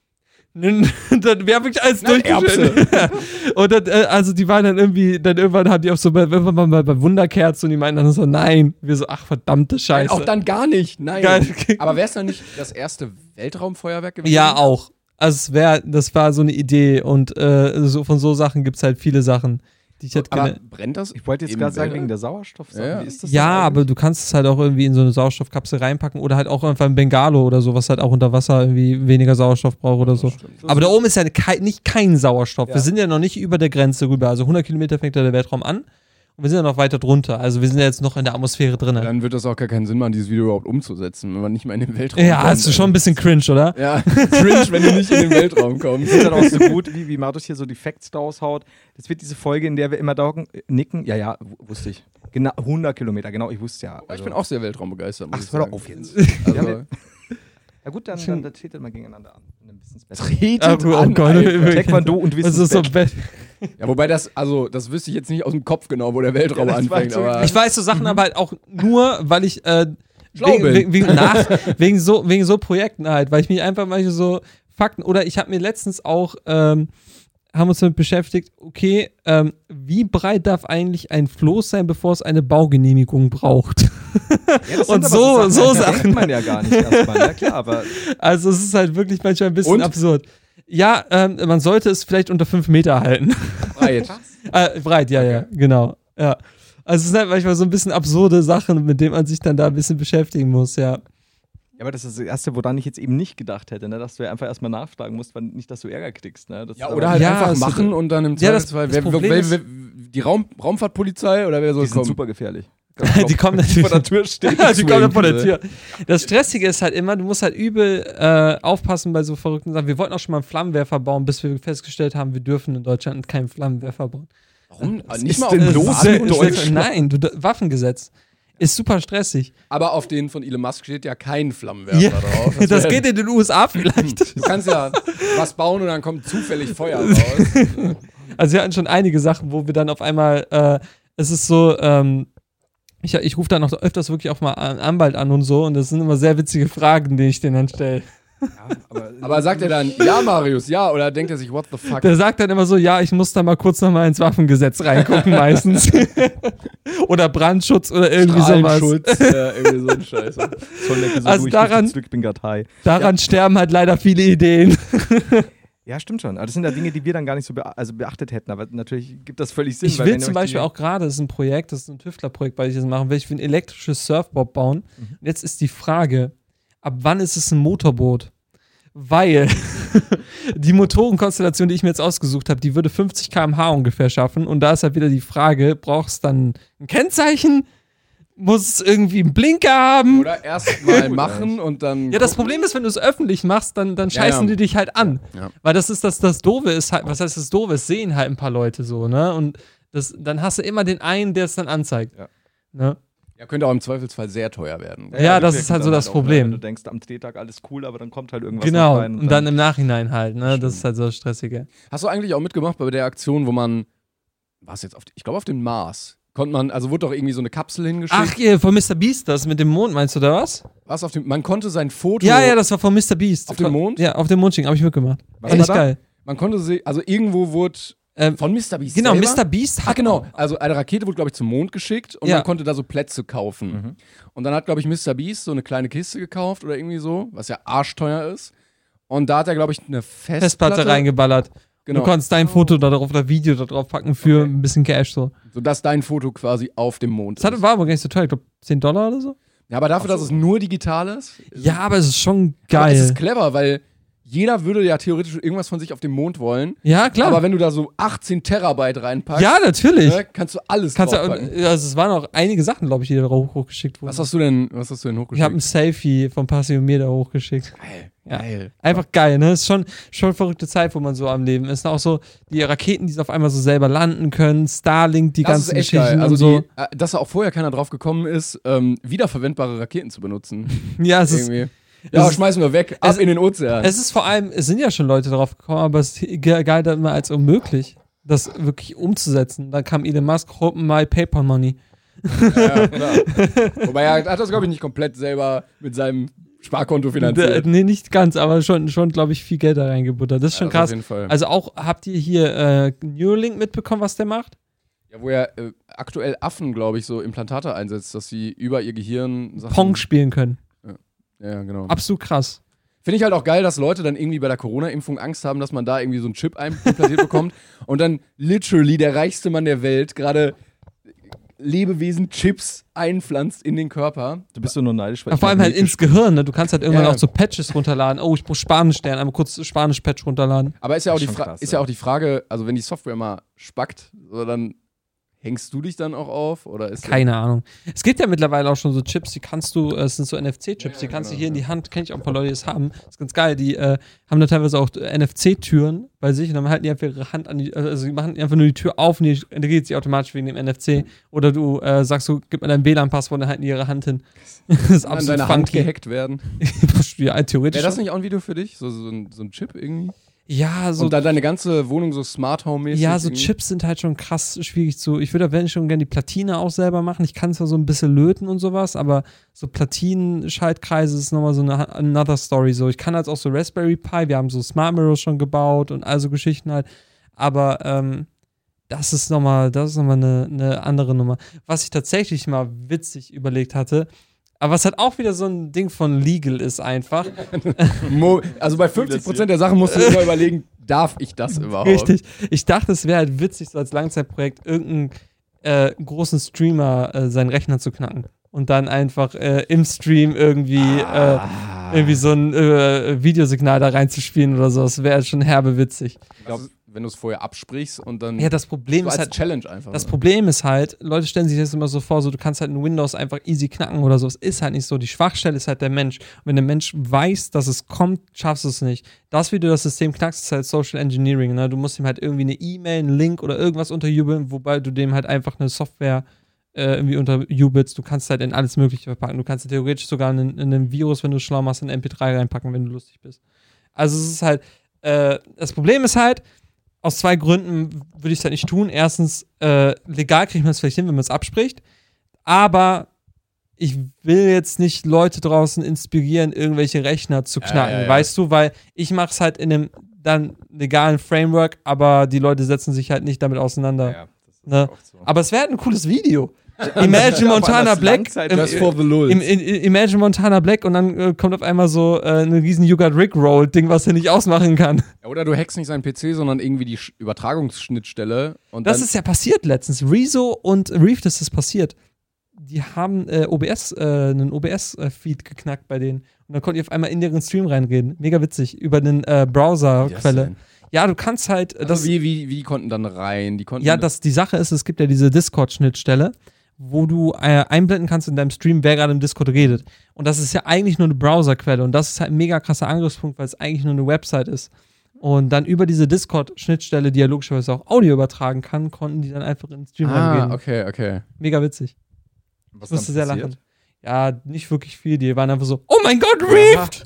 Einen, dann, wir haben wirklich alles durchgeschüttet. Und dann, äh, also die waren dann irgendwie, dann irgendwann haben die auch so, bei, irgendwann mal bei Wunderkerze und die meinten dann so, nein. Wir so, ach verdammte Scheiße. Nein, auch dann gar nicht, nein. Geil. Aber wäre es dann nicht das erste Weltraumfeuerwerk gewesen? Ja, auch. Also es wäre, das war so eine Idee und äh, so, von so Sachen gibt es halt viele Sachen, die ich hätte Aber gerne. brennt das? Ich wollte jetzt im gerade sagen, Weltall? wegen der Sauerstoffsache. Ja. Wie ist das Ja, denn aber eigentlich? du kannst es halt auch irgendwie in so eine Sauerstoffkapsel reinpacken oder halt auch einfach ein Bengalo oder so, was halt auch unter Wasser irgendwie weniger Sauerstoff braucht oder so. Aber da oben ist ja kei- nicht kein Sauerstoff. Ja. Wir sind ja noch nicht über der Grenze rüber. Also hundert Kilometer fängt ja der Weltraum an und wir sind ja noch weiter drunter. Also wir sind ja jetzt noch in der Atmosphäre drin. Dann wird das auch gar keinen Sinn machen, dieses Video überhaupt umzusetzen, wenn man nicht mal in den Weltraum Ja, kommt. hast du schon ein bisschen cringe, oder? Ja, cringe, wenn du nicht in den Weltraum kommst. Das ist dann auch so gut, wie, wie Martus hier so die Facts raushaut. Das wird diese Folge, in der wir immer da nicken. Ja, ja, w- wusste ich. Genau, hundert Kilometer, genau, ich wusste ja. Ich bin auch sehr weltraumbegeistert. muss Ach, ich hör doch sagen. auf jetzt. Also, Ja, wir- Ja gut, dann, dann, dann tretet mal gegeneinander an. Dann wissen's besser. tretet Ah, oh an, Gott. Alter. Taekwondo und Das ist so Wissensbett. Ja, wobei das, also, das wüsste ich jetzt nicht aus dem Kopf genau, wo der Weltraum Ja, das anfängt. war so- Aber Ich weiß so Sachen aber halt auch nur, weil ich äh, Schlau wegen, bin. wegen, wegen, nach, wegen, so, wegen so Projekten halt, weil ich mich einfach manche so Fakten, oder ich habe mir letztens auch, ähm, haben uns damit beschäftigt, okay, ähm, wie breit darf eigentlich ein Floß sein, bevor es eine Baugenehmigung braucht? Ja, das Und sind so- aber so da Sachen. denkt man ja gar nicht erstmal. Ja klar, aber Also es ist halt wirklich manchmal ein bisschen Und? absurd. Ja, ähm, man sollte es vielleicht unter fünf Meter halten. breit. äh, breit, ja, ja, genau. Ja. Also es sind halt manchmal so ein bisschen absurde Sachen, mit denen man sich dann da ein bisschen beschäftigen muss, ja. Ja, aber das ist das Erste, woran ich jetzt eben nicht gedacht hätte, ne? Dass du ja einfach erstmal nachfragen musst, weil nicht, dass du Ärger kriegst. Ne? Das Ja, ist oder aber- halt Ja, einfach es- machen und dann im Ja, das- Zweifelsfall, das wer, Problem wer, ist- wer, die Raum, Raumfahrtpolizei oder wer soll Die sind kommen? super gefährlich. Die kommen natürlich vor der Tür stehen. Ja, die kommen dann vor der Swing, Tür. Das Stressige ist halt immer, du musst halt übel äh, aufpassen bei so verrückten Sachen. Wir wollten auch schon mal einen Flammenwerfer bauen, bis wir festgestellt haben, wir dürfen in Deutschland keinen Flammenwerfer bauen. Warum? Was Nicht ist mal denn auf los los in Äh, Deutschland? Nein, du, Waffengesetz. Ist super stressig. Aber auf den von Elon Musk steht ja kein Flammenwerfer Ja, drauf. das wär- geht in den U S A vielleicht. Du kannst ja was bauen und dann kommt zufällig Feuer raus. Also wir hatten schon einige Sachen, wo wir dann auf einmal, äh, es ist so, ähm, ich, ich rufe dann auch öfters wirklich auch mal einen Anwalt an und so und das sind immer sehr witzige Fragen, die ich denen dann stelle. Ja, aber, Aber sagt er dann, ja, Marius, ja, oder denkt er sich, what the fuck? Der sagt dann immer so, ja, ich muss da mal kurz nochmal ins Waffengesetz reingucken meistens. Oder Brandschutz oder irgendwie sowas. Strahlenschutz, ja, irgendwie so ein Scheiße. Zollnecke so Also durch, daran- durch Glück bin grad high. Daran sterben halt leider viele Ideen. Ja, stimmt schon. Aber das sind ja Dinge, die wir dann gar nicht so bea also beachtet hätten. Aber natürlich gibt das völlig Sinn. Ich weil will wenn ihr zum euch Beispiel die- auch gerade, das ist ein Projekt, das ist ein Tüftlerprojekt, weil ich das machen will, ich will ein elektrisches Surfboard bauen. Mhm. Und jetzt ist die Frage, ab wann ist es ein Motorboot? Weil die Motorenkonstellation, die ich mir jetzt ausgesucht habe, die würde fünfzig Kilometer pro Stunde ungefähr schaffen. Und da ist halt wieder die Frage, brauchst du dann ein Kennzeichen? Muss es irgendwie einen Blinker haben? Oder erst mal machen und dann. Ja, das gucken. Problem ist, wenn du es öffentlich machst, dann, dann Ja, scheißen ja. die dich halt an. Ja. Weil das ist das, das Doofe ist halt, was heißt das Doofe? Es sehen halt ein paar Leute so, ne? Und das, dann hast du immer den einen, der es dann anzeigt. Ja. Ne? Ja, könnte auch im Zweifelsfall sehr teuer werden. Ja, das rückwirkend ist halt so dann das auch, ne? Problem. Wenn du denkst, am Drehtag alles cool, aber dann kommt halt irgendwas Genau, noch rein. und dann im Nachhinein halt, ne? Das ist halt so das Stressige. Hast du eigentlich auch mitgemacht bei der Aktion, wo man, war es jetzt auf, ich glaube auf den Mars, konnte man, also wurde doch irgendwie so eine Kapsel hingeschickt. Ach, hier, von Mister Beast, das mit dem Mond, meinst du da was? Was auf dem, man konnte sein Foto, Ja, ja, das war von Mister Beast. Auf dem Mond? Ja, auf dem Mond habe ich mitgemacht. Was Fand ich war da? geil. man konnte sie, also irgendwo wurde Ähm, von Mister Beast genau, selber, Mister Beast Ah, hat genau. Also eine Rakete wurde, glaube ich, zum Mond geschickt und Ja. man konnte da so Plätze kaufen. Mhm. Und dann hat, glaube ich, Mister Beast so eine kleine Kiste gekauft oder irgendwie so, was ja arschteuer ist. Und da hat er, glaube ich, eine Festplatte, Festplatte reingeballert. Genau. Du konntest dein Foto da drauf oder Video da drauf packen für Okay. ein bisschen Cash so. sodass dein Foto quasi auf dem Mond Das hatte, ist. war aber gar nicht so teuer, ich glaube zehn Dollar oder so. Ja, aber dafür, dass es nur digital ist, Ja, aber es ist schon aber geil. es ist clever, weil jeder würde ja theoretisch irgendwas von sich auf dem Mond wollen. Ja, klar. Aber wenn du da so achtzehn Terabyte reinpackst, ja, natürlich. ne, kannst du alles Kannst du, draufpacken. also es waren auch einige Sachen, glaube ich, die da hoch, hochgeschickt wurden. Was hast du denn, was hast du denn Ich hochgeschickt? habe ein Selfie vom Passiometer hochgeschickt. Geil, Ja. geil. Einfach geil, ne? Ist schon, schon eine verrückte Zeit, wo man so am Leben ist. Auch so die Raketen, die auf einmal so selber landen können, Starlink, die Das ganzen ist echt Geschichten geil. Also und so. die, äh, dass da auch vorher keiner drauf gekommen ist, ähm, wiederverwendbare Raketen zu benutzen. Ja, es ist, Irgendwie. Ja, es ist- schmeißen wir weg, ab es- in den Ozean. es ist vor allem, es sind ja schon Leute drauf gekommen, aber es ist ge- geil dann immer als unmöglich, das wirklich umzusetzen. Dann kam Elon Musk, open my paper money. ja, klar. Wobei er hat das, glaube ich, nicht komplett selber mit seinem Sparkonto D- finanziert. Nee, nicht ganz, aber schon, schon glaube ich, viel Geld da reingebuttert. Das ist schon Ja, das auf krass. jeden Fall. Also auch, habt ihr hier äh, Neuralink mitbekommen, was der macht? Ja, wo er äh, aktuell Affen, glaube ich, so Implantate einsetzt, dass sie über ihr Gehirn Sachen. Pong spielen können. Ja, genau. Absolut krass. Finde ich halt auch geil, dass Leute dann irgendwie bei der Corona-Impfung Angst haben, dass man da irgendwie so einen Chip ein- implantiert bekommt und dann literally der reichste Mann der Welt gerade Lebewesen-Chips einpflanzt in den Körper. Du bist so nur neidisch, weil Aber ich vor allem noch halt nie ins Gehirn, ne? Du kannst halt irgendwann Ja. auch so Patches runterladen. Oh, ich brauche Spanisch-Stern, einmal kurz Spanisch-Patch runterladen. Aber ist ja, auch Das die ist schon Fra- krass, ist ja ja. auch die Frage, also wenn die Software mal spackt, so dann hängst du dich dann auch auf? Oder ist Keine Ahnung. Es gibt ja mittlerweile auch schon so Chips, die kannst du, äh, es sind so N F C-Chips, Ja, die kannst du genau, hier in die Hand, kenne ich auch ein paar Leute, die das haben. Das ist ganz geil. Die äh, haben da teilweise auch N F C-Türen bei sich und dann halten die einfach ihre Hand an die, also die machen einfach nur die Tür auf und die integriert sich automatisch wegen dem N F C. Oder du äh, sagst so, gib mir dein W L A N-Passwort und dann halten die ihre Hand hin. Das ist an absolut deine Hand funky. gehackt werden? Ja, theoretisch. Wäre das schon. nicht auch ein Video für dich? So, so, ein, so ein Chip irgendwie? Ja, so Und dann deine ganze Wohnung so Smart Home-mäßig? Ja, so irgendwie? Chips sind halt schon krass schwierig zu. Ich würde, wenn schon gerne die Platine auch selber machen. Ich kann zwar so ein bisschen löten und sowas, aber so Platinen-Schaltkreise ist nochmal so eine another story. So, ich kann halt auch so Raspberry Pi, wir haben so Smart Mirrors schon gebaut und all so Geschichten halt. Aber ähm, das ist nochmal, das ist nochmal eine, eine andere Nummer. Was ich tatsächlich mal witzig überlegt hatte, aber was halt auch wieder so ein Ding von legal ist einfach. Mo also bei fünfzig Prozent der Sachen musst du immer überlegen, darf ich das überhaupt? Richtig. Ich dachte, es wäre halt witzig, so als Langzeitprojekt irgendeinen äh, großen Streamer äh, seinen Rechner zu knacken. Und dann einfach äh, im Stream irgendwie, Ah. äh, irgendwie so ein äh, Videosignal da reinzuspielen oder so. Das wäre schon herbe witzig. Ich glaube, wenn du es vorher absprichst und dann Ja, das Problem so ist als halt. Challenge einfach. Das Problem ist halt, Leute stellen sich das immer so vor, so du kannst halt in Windows einfach easy knacken oder so. Es ist halt nicht so. Die Schwachstelle ist halt der Mensch. Und wenn der Mensch weiß, dass es kommt, schaffst du es nicht. Das, wie du das System knackst, ist halt Social Engineering. Ne? Du musst ihm halt irgendwie eine E-Mail, einen Link oder irgendwas unterjubeln, wobei du dem halt einfach eine Software äh, irgendwie unterjubelst. Du kannst halt in alles Mögliche verpacken. Du kannst theoretisch sogar in, in einem Virus, wenn du schlau machst, in M P drei reinpacken, wenn du lustig bist. Also es ist halt, äh, das Problem ist halt, aus zwei Gründen würde ich es halt nicht tun. Erstens, äh, legal kriegt man es vielleicht hin, wenn man es abspricht. Aber ich will jetzt nicht Leute draußen inspirieren, irgendwelche Rechner zu Ja, knacken, ja, ja. weißt du? Weil ich mache es halt in einem dann legalen Framework, aber die Leute setzen sich halt nicht damit auseinander. Ja, das ist Ne? auch so. Aber es wäre halt ein cooles Video. Imagine Montana das Black. Langzeit- im- Just for the lulz. im, in, in, Imagine Montana Black und dann äh, kommt auf einmal so äh, ein riesen You Got Rickrolled-Ding, was er nicht ausmachen kann. Ja, oder du hackst nicht seinen P C, sondern irgendwie die Sch- Übertragungsschnittstelle. Und Das dann, ist ja passiert letztens. Rezo und Reef, das ist passiert. Die haben äh, O B S, äh, einen O B S-Feed geknackt bei denen. Und dann konnten die auf einmal in deren Stream reingehen. Mega witzig. Über eine äh, Wie das Browser-Quelle. denn? Ja, du kannst halt. Also Das, wie, wie, wie die konnten dann rein? Die konnten ja, das, die Sache ist, es gibt ja diese Discord-Schnittstelle, wo du äh, einblenden kannst in deinem Stream, wer gerade im Discord redet. Und das ist ja eigentlich nur eine Browserquelle. Und das ist halt ein mega krasser Angriffspunkt, weil es eigentlich nur eine Website ist. Und dann über diese Discord-Schnittstelle, die ja logischerweise auch Audio übertragen kann, konnten die dann einfach in den Stream Ah, reingehen. okay, okay. Mega witzig. Was Ich musste dann sehr passiert? lachen. Ja, nicht wirklich viel. Die waren einfach so, oh mein Gott, Reef!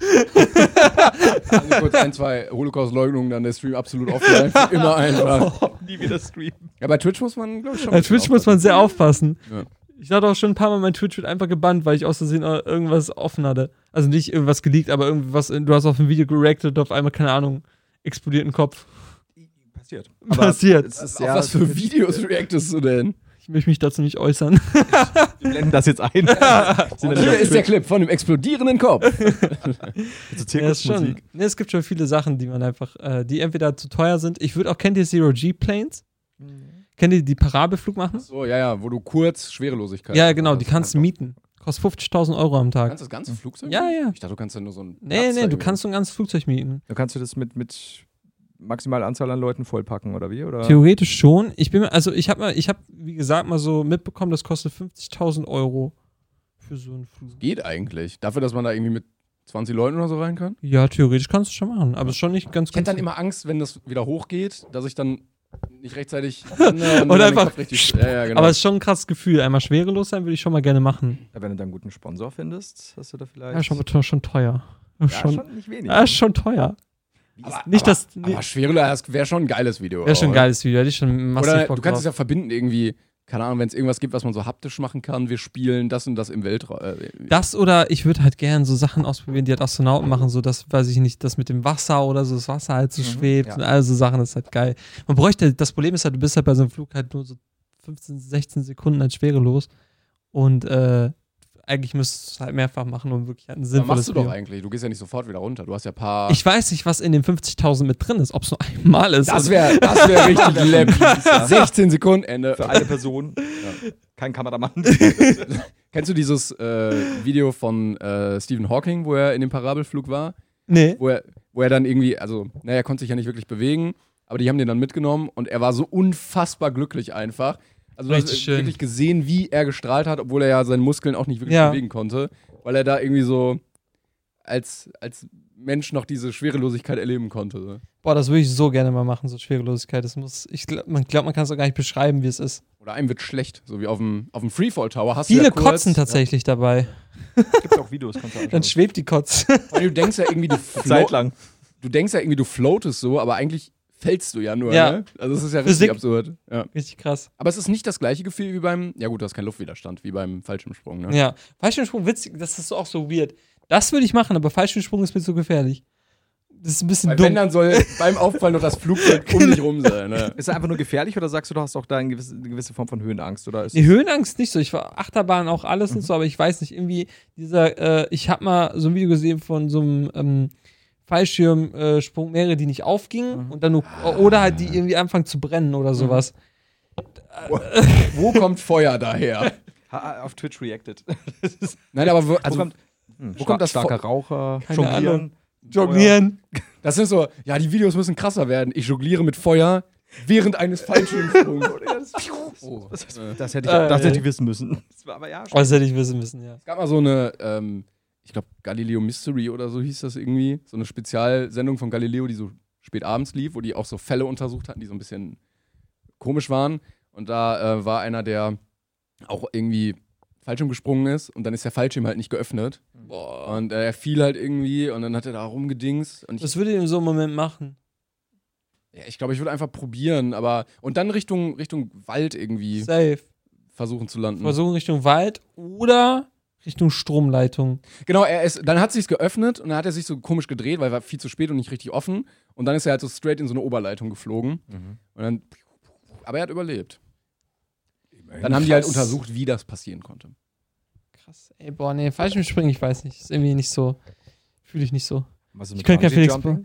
Also kurz ein, zwei Holocaust-Leugnungen, dann der Stream absolut offline. Für immer einfach. Nie wieder streamen. Ja, bei Twitch muss man, glaube ich, schon. Bei Twitch muss man sehr aufpassen. Ja. Ich hatte auch schon ein paar Mal, mein Twitch wird einfach gebannt, weil ich aus Versehen irgendwas offen hatte. Also nicht irgendwas geleakt, aber irgendwas, du hast auf ein Video gereactet und auf einmal, keine Ahnung, explodiert ein Kopf. Passiert. Passiert. Es ist Auf ja, was für Videos reactest du denn? Ich möchte mich dazu nicht äußern. Wir blenden das jetzt ein. Sind Hier dann ist der Clip von dem explodierenden Kopf. so Ja, ist schon, Zirkusmusik. ne, es gibt schon viele Sachen, die man einfach, äh, die entweder zu teuer sind. Ich würde auch, kennt ihr Zero-G-Planes? Kennt ihr die Parabelflug machen? So, ja, ja, wo du kurz Schwerelosigkeit. Ja, genau, die kannst du mieten. Kostet fünfzigtausend Euro am Tag. Kannst du das ganze Flugzeug? Ja, ja. Ich dachte, du kannst ja nur so ein. Nee, nee, du kannst so ein ganzes Flugzeug mieten. Du kannst du das mit, mit maximaler Anzahl an Leuten vollpacken, oder wie? Oder? Theoretisch schon. Ich bin, also ich habe mal, ich habe, wie gesagt, mal so mitbekommen, das kostet fünfzigtausend Euro für so einen Flug. Geht eigentlich. Dafür, dass man da irgendwie mit zwanzig Leuten oder so rein kann? Ja, theoretisch kannst du schon machen, aber ist schon nicht ganz Ich hätte ganz. dann immer Angst, wenn das wieder hochgeht, dass ich dann nicht rechtzeitig lande und Oder dann einfach- den Kopf richtig. Ja, ja, genau. Aber es ist schon ein krasses Gefühl. Einmal schwerelos sein würde ich schon mal gerne machen. Ja, wenn du dann einen guten Sponsor findest, hast du da vielleicht. Ja, schon, schon teuer. Ja, schon, schon nicht wenig. ja, ist schon teuer. aber, Nicht, aber, dass. aber Schwerelos, das wäre schon ein geiles Video. Wäre schon ein oder? geiles Video, hätte ich schon massiv Oder Bock du kannst es drauf. ja verbinden irgendwie. Keine Ahnung, wenn es irgendwas gibt, was man so haptisch machen kann. Wir spielen das und das im Weltraum. Äh, Das oder ich würde halt gerne so Sachen ausprobieren, die halt Astronauten machen, so das, weiß ich nicht, das mit dem Wasser oder so, das Wasser halt so schwebt ja. und all so Sachen, das ist halt geil. Man bräuchte, das Problem ist halt, du bist halt bei so einem Flug halt nur so fünfzehn, sechzehn Sekunden halt schwerelos und äh, eigentlich müsstest du es halt mehrfach machen, um wirklich halt ein was sinnvolles machst du doch Video. eigentlich? Du gehst ja nicht sofort wieder runter. Du hast ja ein paar. Ich weiß nicht, was in den fünfzigtausend mit drin ist, ob es nur einmal ist. das Also- wäre das wär richtig läppig. sechzehn Sekunden Ende. Für eine Person. Ja. Kein Kameramann. Kennst du dieses äh, Video von äh, Stephen Hawking, wo er in dem Parabelflug war? Nee. Wo er, wo er dann irgendwie, also, naja, er konnte sich ja nicht wirklich bewegen, aber die haben den dann mitgenommen und er war so unfassbar glücklich einfach. Also du hast Richtig schön. wirklich gesehen, wie er gestrahlt hat, obwohl er ja seine Muskeln auch nicht wirklich Ja. bewegen konnte, weil er da irgendwie so als, als Mensch noch diese Schwerelosigkeit erleben konnte. Boah, das würde ich so gerne mal machen, so Schwerelosigkeit. Das muss, ich glaube, man, glaub, man kann es auch gar nicht beschreiben, wie es ist. Oder einem wird schlecht, so wie auf dem, auf dem Freefall Tower. Hast du Viele ja kurz, kotzen tatsächlich dabei. Gibt auch Videos, kannst du anschauen. Dann schwebt die Kotze. Weil du denkst ja irgendwie, du, Zeit float, lang. du denkst ja irgendwie, du floatest so, aber eigentlich fällst du ja nur. Ja. Ne? Also es ist ja richtig Physik. absurd. Ja. Richtig krass. Aber es ist nicht das gleiche Gefühl wie beim, ja gut, du hast keinen Luftwiderstand, wie beim Fallschirmsprung. Ne? Ja. Fallschirmsprung, witzig, das ist auch so weird. Das würde ich machen, aber Fallschirmsprung ist mir zu gefährlich. Das ist ein bisschen Weil dumm. wenn, dann soll beim Aufprall noch das Flugzeug um dich rum sein. Ne? Ist es einfach nur gefährlich oder sagst du, du hast auch da eine gewisse, eine gewisse Form von Höhenangst? Oder ist Die Höhenangst nicht so. Ich war Achterbahn auch alles und so, aber ich weiß nicht, irgendwie dieser, äh, ich habe mal so ein Video gesehen von so einem ähm, Fallschirmsprung, mehrere, die nicht aufgingen und dann nur, oder halt die irgendwie anfangen zu brennen oder sowas. Wo kommt Feuer daher? Ha- auf Twitch reacted. Nein, aber wo, Also, also, wo kommt, hm, wo kommt das starker Feu- Raucher, Keine Jonglieren. Jonglieren. das sind so, ja, die Videos müssen krasser werden. Ich jongliere mit Feuer während eines Fallschirmsprungs. Oh. Das, Äh, das, hätte ich, Äh, das hätte äh. ich wissen müssen. Das war aber ja Oh, das hätte ich wissen müssen, ja. Es gab mal so eine, ähm, ich glaube, Galileo Mystery oder so hieß das irgendwie. So eine Spezialsendung von Galileo, die so spät abends lief, wo die auch so Fälle untersucht hatten, die so ein bisschen komisch waren. Und da äh, war einer, der auch irgendwie Fallschirm gesprungen ist und dann ist der Fallschirm halt nicht geöffnet. Boah. Und äh, er fiel halt irgendwie und dann hat er da rumgedingst. Und ich, Was würde ich in so einem Moment machen? ja, ich glaube, ich würde einfach probieren, aber und dann Richtung, Richtung Wald irgendwie Safe. versuchen zu landen. Versuchen Richtung Wald oder Richtung Stromleitung. Genau, er ist, dann hat sich's geöffnet und dann hat er sich so komisch gedreht, weil er war viel zu spät und nicht richtig offen. Und dann ist er halt so straight in so eine Oberleitung geflogen. Mhm. Und dann, aber er hat überlebt. Dann haben die halt Krass. untersucht, wie das passieren konnte. Krass. Ey, boah, nee, Fallschirmspringen, ich weiß nicht. Ist irgendwie nicht so. Fühle ich nicht so. Was ist Ich mit könnte kein Felix. Bungee-Jumping?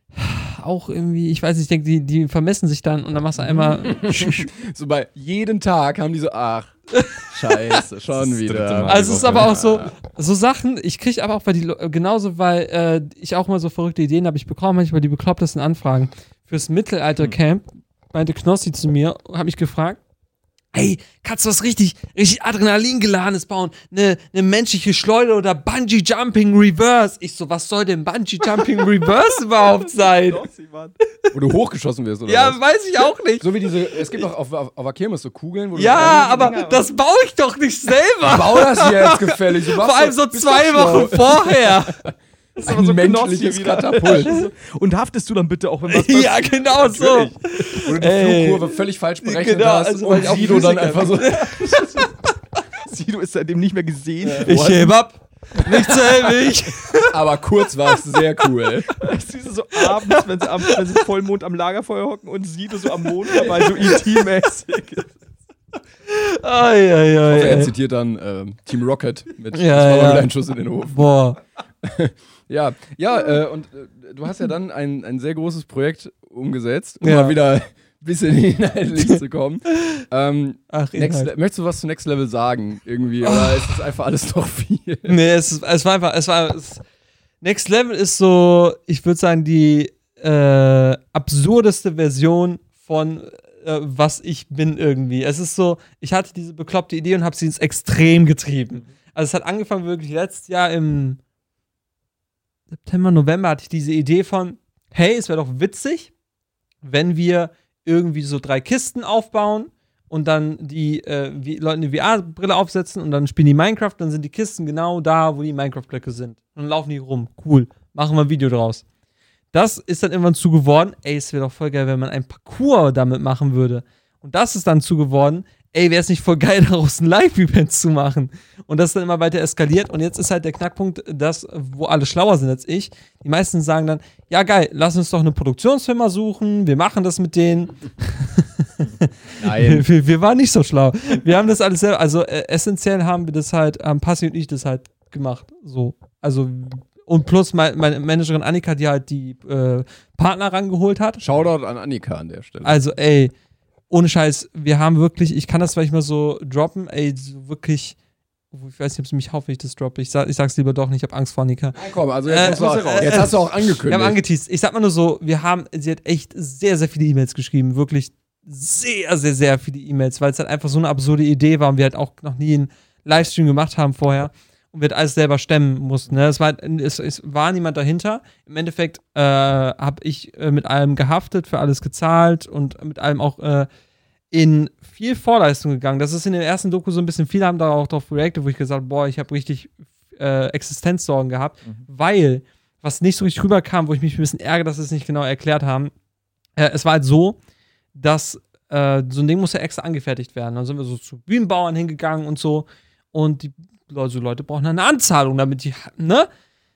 Auch irgendwie, ich weiß nicht, ich denke, die, die vermessen sich dann und dann machst du einmal. So bei jeden Tag haben die so, ach, scheiße, schon das dritte wieder. Mal. Also es ist aber auch so, so Sachen, ich kriege aber auch bei die Le- genauso, weil äh, ich auch mal so verrückte Ideen habe. Ich bekomme manchmal die beklopptesten Anfragen. Fürs Mittelalter-Camp meinte Knossi zu mir, habe mich gefragt, hey, kannst du was richtig, richtig Adrenalin-geladenes bauen? Eine ne menschliche Schleuder oder Bungee-Jumping Reverse? Ich so, was soll denn Bungee-Jumping Reverse überhaupt sein? Wo du hochgeschossen wirst, oder Ja, was? weiß ich auch nicht. So wie diese, es gibt auch auf, auf, auf der Kirmes so Kugeln, wo du Ja, so aber das baue ich doch nicht selber. bau das jetzt gefällig. Du machst Vor allem doch- so bist zwei doch schlau. Wochen vorher. Das Ein menschliches Katapult. Und haftest du dann bitte auch, wenn was Ja, genau so. Natürlich. Wo du die Ey. Flugkurve völlig falsch berechnet Genau, hast also weil und ich auch Sido dann Physiker einfach so. Sido ist seitdem nicht mehr gesehen. Ich heb ab. Nicht selbig. Aber kurz war es sehr cool. Ich sehe sie so abends, wenn sie, am, wenn sie Vollmond am Lagerfeuer hocken und Sido so am Mond dabei, so E T-mäßig. Ai, ai, Ich ai, hoffe, er ai. zitiert dann ähm, Team Rocket mit Ja, das war mal ja. wieder ein Schuss in den Hof. Boah. Ja, ja, äh, und äh, du hast ja dann ein, ein sehr großes Projekt umgesetzt, um Ja. mal wieder bisschen inhaltlich zu kommen. Ähm, Ach, Next, Inhalt. möchtest du was zu Next Level sagen? Irgendwie? Oder ist es einfach alles doch viel? Nee, es, ist- es war einfach, es war, es, Next Level ist so, ich würde sagen, die äh, absurdeste Version von äh, was ich bin irgendwie. Es ist so, ich hatte diese bekloppte Idee und habe sie ins Extrem getrieben. Also es hat angefangen wirklich letztes Jahr im September, November hatte ich diese Idee von, hey, es wäre doch witzig, wenn wir irgendwie so drei Kisten aufbauen und dann die äh, wie, Leute eine V R-Brille aufsetzen und dann spielen die Minecraft, dann sind die Kisten genau da, wo die Minecraft-Blöcke sind. Und dann laufen die rum. Cool. Machen wir ein Video draus. Das ist dann irgendwann zu geworden, ey, es wäre doch voll geil, wenn man ein Parcours damit machen würde. Und das ist dann zu geworden, ey, wäre es nicht voll geil, daraus ein Live-Event zu machen. Und das ist dann immer weiter eskaliert. Und jetzt ist halt der Knackpunkt, das, wo alle schlauer sind als ich. Die meisten sagen dann, ja geil, lass uns doch eine Produktionsfirma suchen, wir machen das mit denen. Nein. wir, wir waren nicht so schlau. Wir haben das alles selber, also äh, essentiell haben wir das halt, haben Passi und ich das halt gemacht. So, also und plus mein, meine Managerin Annika, die halt die äh, Partner rangeholt hat. Shoutout an Annika an der Stelle. Also, ey, ohne Scheiß, wir haben wirklich, ich kann das vielleicht mal so droppen, ey, so wirklich, ich weiß nicht, ob sie mich haut, wenn ich das droppe. Ich, sag, ich sag's lieber doch nicht, ich hab Angst vor Annika. Nein, komm, also jetzt, Äh, musst du auch, äh, jetzt hast du auch Wir angekündigt. haben angeteased. Ich sag mal nur so, wir haben, sie hat echt sehr, sehr viele E-Mails geschrieben. Wirklich sehr, sehr, sehr viele E-Mails, weil es halt einfach so eine absurde Idee war und wir halt auch noch nie einen Livestream gemacht haben vorher und wir halt alles selber stemmen mussten. Ne? Es, war, es, es war niemand dahinter. Im Endeffekt äh, habe ich äh, mit allem gehaftet, für alles gezahlt und mit allem auch äh, in viel Vorleistung gegangen. Das ist in den ersten Doku so ein bisschen, viele haben da auch drauf reacted, wo ich gesagt habe, boah, ich habe richtig äh, Existenzsorgen gehabt, Mhm. weil, was nicht so richtig rüberkam, wo ich mich ein bisschen ärgere, dass sie es nicht genau erklärt haben, äh, es war halt so, dass äh, so ein Ding muss ja extra angefertigt werden. Dann sind wir so zu Bühnenbauern hingegangen und so und die also Leute brauchen eine Anzahlung, damit die, ne?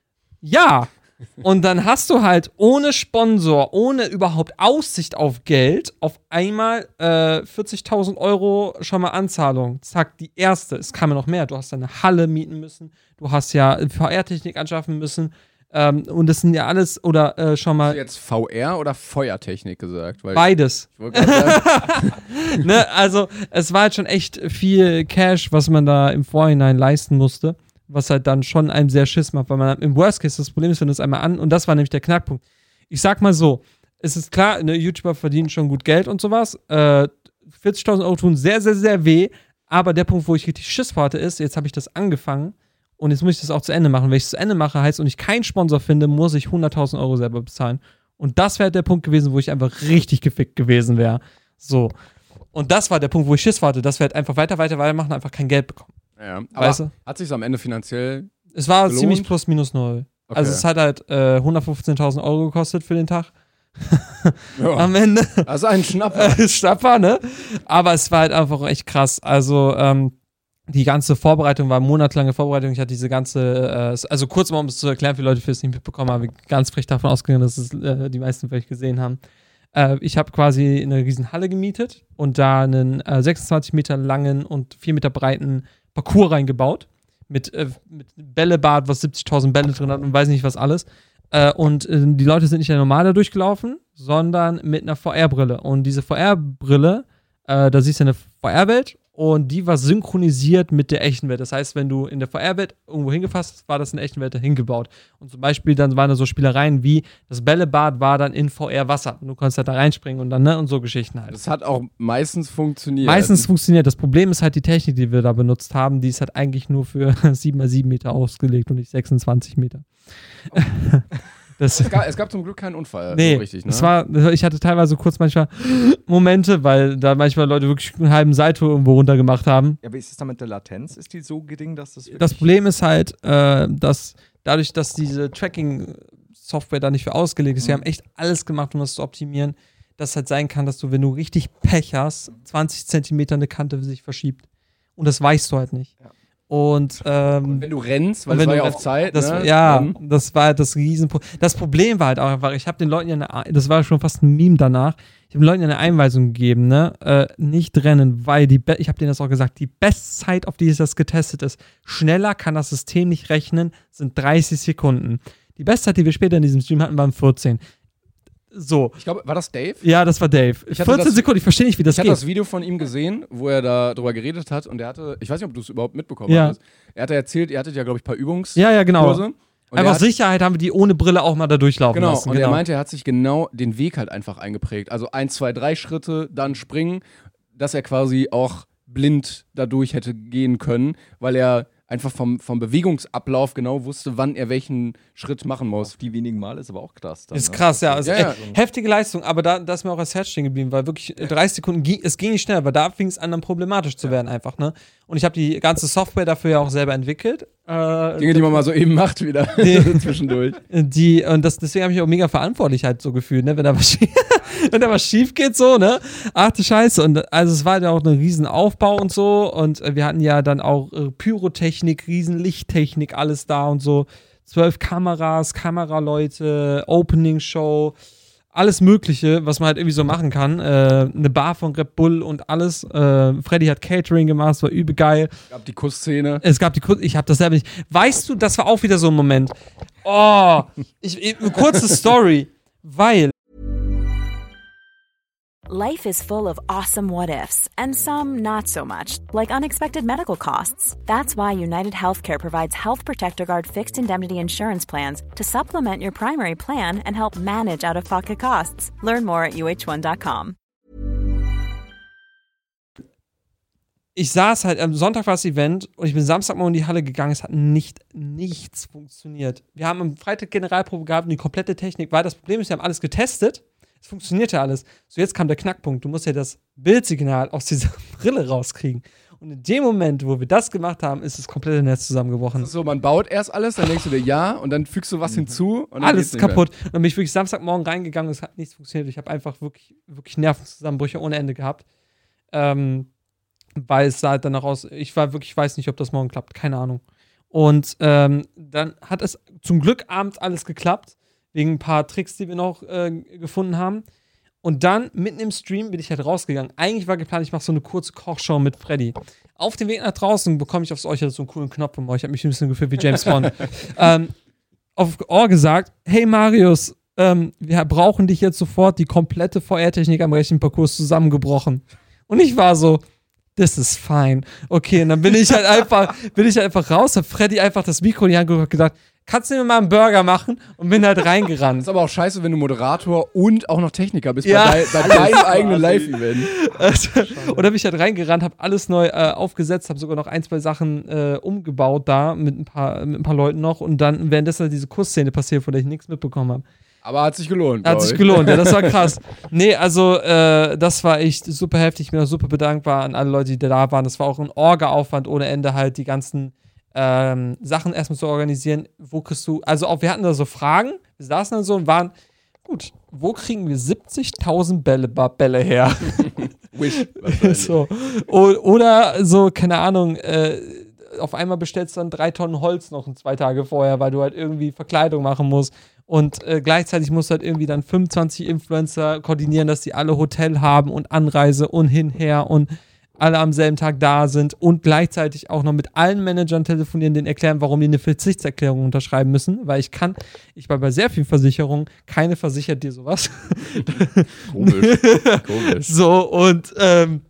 Ja. Und dann hast du halt ohne Sponsor, ohne überhaupt Aussicht auf Geld, auf einmal äh, vierzigtausend Euro schon mal Anzahlung. Zack, die erste. Es kam ja noch mehr. Du hast eine Halle mieten müssen. Du hast ja V R-Technik anschaffen müssen. Ähm, und das sind ja alles, oder äh, schon Hast du mal jetzt V R oder Feuertechnik gesagt? Weil beides. ich wollte gerade sagen, Ne? Also, es war halt schon echt viel Cash, was man da im Vorhinein leisten musste. Was halt dann schon einem sehr Schiss macht, weil man im Worst Case, das Problem ist, wenn du es einmal an, und das war nämlich der Knackpunkt. Ich sag mal so, es ist klar, ne, YouTuber verdienen schon gut Geld und sowas. Äh, vierzigtausend Euro tun sehr, sehr, sehr weh. Aber der Punkt, wo ich richtig Schiss vor hatte, ist, jetzt habe ich das angefangen und jetzt muss ich das auch zu Ende machen. Wenn ich es zu Ende mache, heißt, und ich keinen Sponsor finde, muss ich hunderttausend Euro selber bezahlen. Und das wäre der Punkt gewesen, wo ich einfach richtig gefickt gewesen wäre. So. Und das war der Punkt, wo ich Schiss hatte, dass wir halt einfach weiter, weiter, weitermachen und einfach kein Geld bekommen. ja, aber Weißt du? hat sich am Ende finanziell Es war Gelohnt? ziemlich plus minus null. Okay. Also es hat halt äh, hundertfünfzehntausend Euro gekostet für den Tag ja, am Ende. also ein Schnapper. Äh, Schnapper, ne? Aber es war halt einfach echt krass. Also ähm, die ganze Vorbereitung war monatelange Vorbereitung. Ich hatte diese ganze, äh, also kurz mal, um es zu erklären für Leute, die es nicht mitbekommen haben, ganz frech davon ausgegangen, dass es äh, die meisten vielleicht gesehen haben. Äh, ich habe quasi eine riesen Halle gemietet und da einen äh, sechsundzwanzig Meter langen und vier Meter breiten Parcours reingebaut. Mit, äh, mit Bällebad, was siebzigtausend Bälle drin hat und weiß nicht was alles. Äh, und äh, die Leute sind nicht normal da durchgelaufen, sondern mit einer V R-Brille. Und diese V R-Brille, äh, da siehst du eine V R-Welt und die war synchronisiert mit der echten Welt. Das heißt, wenn du in der V R-Welt irgendwo hingefasst hast, war das in der echten Welt hingebaut. Und zum Beispiel dann waren da so Spielereien wie, das Bällebad war dann in V R-Wasser. Du konntest halt da reinspringen und dann, ne, und so Geschichten halt. Das hat auch meistens funktioniert. Meistens funktioniert. Das Problem ist halt die Technik, die wir da benutzt haben, die ist halt eigentlich nur für sieben mal sieben Meter ausgelegt und nicht sechsundzwanzig Meter. Das, es, gab, es gab zum Glück keinen Unfall. nee, so richtig, ne? es war, ich hatte teilweise kurz manchmal Momente, weil da manchmal Leute wirklich einen halben Seite irgendwo runter gemacht haben. Ja, aber ist es da mit der Latenz? Ist die so gering, dass das Das wirklich- Problem ist halt, äh, dass dadurch, dass diese Tracking-Software da nicht für ausgelegt ist, Mhm. wir haben echt alles gemacht, um das zu optimieren, dass es halt sein kann, dass du, wenn du richtig Pech hast, zwanzig Zentimeter eine Kante sich verschiebt. Und das weißt du halt nicht. Ja. Und, ähm, Und wenn du rennst, weil und es wenn war du ja rennst, auf Zeit, das, ne? ja, Dann- das war halt das Riesenproblem. Das Problem war halt auch einfach, ich habe den Leuten ja eine, das war schon fast ein Meme danach, ich habe den Leuten ja eine Einweisung gegeben, ne, äh, nicht rennen, weil die, Be ich habe denen das auch gesagt, die Bestzeit, auf die das getestet ist, schneller kann das System nicht rechnen, sind dreißig Sekunden. Die Bestzeit, die wir später in diesem Stream hatten, waren vierzehn. So. Ich glaube, war das Dave? Ja, das war Dave. vierzehn das, Sekunden, ich verstehe nicht, wie das ich geht. Ich hatte das Video von ihm gesehen, wo er da drüber geredet hat und er hatte, ich weiß nicht, ob du es überhaupt mitbekommen ja. hast. Er hatte erzählt, ihr hattet ja, glaube ich, ein paar Übungskurse. Ja, ja, genau. Und einfach hat, Sicherheit haben wir die ohne Brille auch mal da durchlaufen genau, lassen. Und genau, und er meinte, er hat sich genau den Weg halt einfach eingeprägt. Also ein, zwei, drei Schritte, dann springen, dass er quasi auch blind dadurch hätte gehen können, weil er einfach vom, vom Bewegungsablauf genau wusste, wann er welchen Schritt machen muss. Auf die wenigen Male ist aber auch krass. Dann, ist ne? krass, ja. Also ja, ja. Heftige Leistung, aber da, da ist mir auch das Herz stehen geblieben, weil wirklich dreißig Sekunden, ging, es ging nicht schnell, aber da fing es an, dann problematisch zu werden einfach, ne? Und ich habe die ganze Software dafür ja auch selber entwickelt. Äh, Dinge, die man mal so eben macht wieder die, zwischendurch. Die, und das, deswegen habe ich mich auch mega verantwortlich halt so gefühlt, ne? Wenn da was schief, wenn da was schief geht, so, ne? Ach du Scheiße. Und also es war ja auch ein riesen Aufbau und so. Und wir hatten ja dann auch äh, Pyrotechnik, riesen Lichttechnik, alles da und so. Zwölf Kameras, Kameraleute, Opening-Show, alles Mögliche, was man halt irgendwie so machen kann. Äh, eine Bar von Red Bull und alles. Äh, Freddy hat Catering gemacht, es war übel geil. Es gab die Kussszene. Es gab die Kuss, ich habe das selber nicht. Weißt du, das war auch wieder so ein Moment. Oh, ich, ich, eine kurze Story, weil Life is full of awesome what-ifs, and some not so much, like unexpected medical costs. That's why United Healthcare provides Health Protector Guard fixed indemnity insurance plans to supplement your primary plan and help manage out-of-pocket costs. Learn more at U H one dot com. Ich saß halt, am Sonntag war das Event und ich bin Samstagmorgen in die Halle gegangen, es hat nicht, nichts funktioniert. Wir haben am Freitag Generalprobe gehabt und die komplette Technik, weil das Problem ist, wir haben alles getestet. Es funktionierte alles. So, jetzt kam der Knackpunkt. Du musst ja das Bildsignal aus dieser Brille rauskriegen. Und in dem Moment, wo wir das gemacht haben, ist das komplette Netz zusammengebrochen. So, man baut erst alles, dann denkst du dir ja und dann fügst du was hinzu. Und dann alles geht's nicht kaputt. Und dann bin ich wirklich Samstagmorgen reingegangen und es hat nichts funktioniert. Ich habe einfach wirklich, wirklich Nervenzusammenbrüche ohne Ende gehabt. Ähm, weil es sah halt danach aus, ich war wirklich, ich weiß nicht, ob das morgen klappt. Keine Ahnung. Und ähm, dann hat es zum Glück abends alles geklappt. Wegen ein paar Tricks, die wir noch äh, gefunden haben. Und dann, mitten im Stream, bin ich halt rausgegangen. Eigentlich war geplant, ich mache so eine kurze Kochshow mit Freddy. Auf dem Weg nach draußen bekomme ich aufs Ohr, ich hatte so einen coolen Knopf im Ohr. Ich habe mich ein bisschen gefühlt wie James Bond. ähm, auf Ohr gesagt, hey Marius, ähm, wir brauchen dich jetzt sofort, die komplette V R-Technik am rechten Parcours zusammengebrochen. Und ich war so, this is fine. Okay, und dann bin ich halt einfach, bin ich halt einfach raus, hab Freddy einfach das Mikro in die Hand geguckt und gesagt, kannst du mir mal einen Burger machen? Und bin halt reingerannt. Ist aber auch scheiße, wenn du Moderator und auch noch Techniker bist ja. bei, dein, bei deinem eigenen Live-Event. Also, und dann bin ich halt reingerannt, hab alles neu äh, aufgesetzt, hab sogar noch ein, zwei Sachen äh, umgebaut da mit ein, paar, mit ein paar Leuten noch und dann währenddessen halt diese Kussszene passiert, von der ich nichts mitbekommen habe. Aber hat sich gelohnt. Hat sich gelohnt, ja, das war krass. Nee, also äh, das war echt super heftig. Ich bin auch super bedankbar an alle Leute, die da waren. Das war auch ein Orga-Aufwand ohne Ende, halt die ganzen Ähm, Sachen erstmal zu organisieren, wo kriegst du, also auch wir hatten da so Fragen, wir saßen dann so und waren, gut, wo kriegen wir siebzigtausend Bälle, Bälle her? Wish. so. O- oder so, keine Ahnung, äh, auf einmal bestellst du dann drei Tonnen Holz noch zwei Tage vorher, weil du halt irgendwie Verkleidung machen musst und äh, gleichzeitig musst du halt irgendwie dann fünfundzwanzig Influencer koordinieren, dass die alle Hotel haben und Anreise und hinher und alle am selben Tag da sind und gleichzeitig auch noch mit allen Managern telefonieren, denen erklären, warum die eine Verzichtserklärung unterschreiben müssen, weil ich kann, ich war bei sehr vielen Versicherungen, keine versichert dir sowas. Komisch. Komisch. So, und ähm,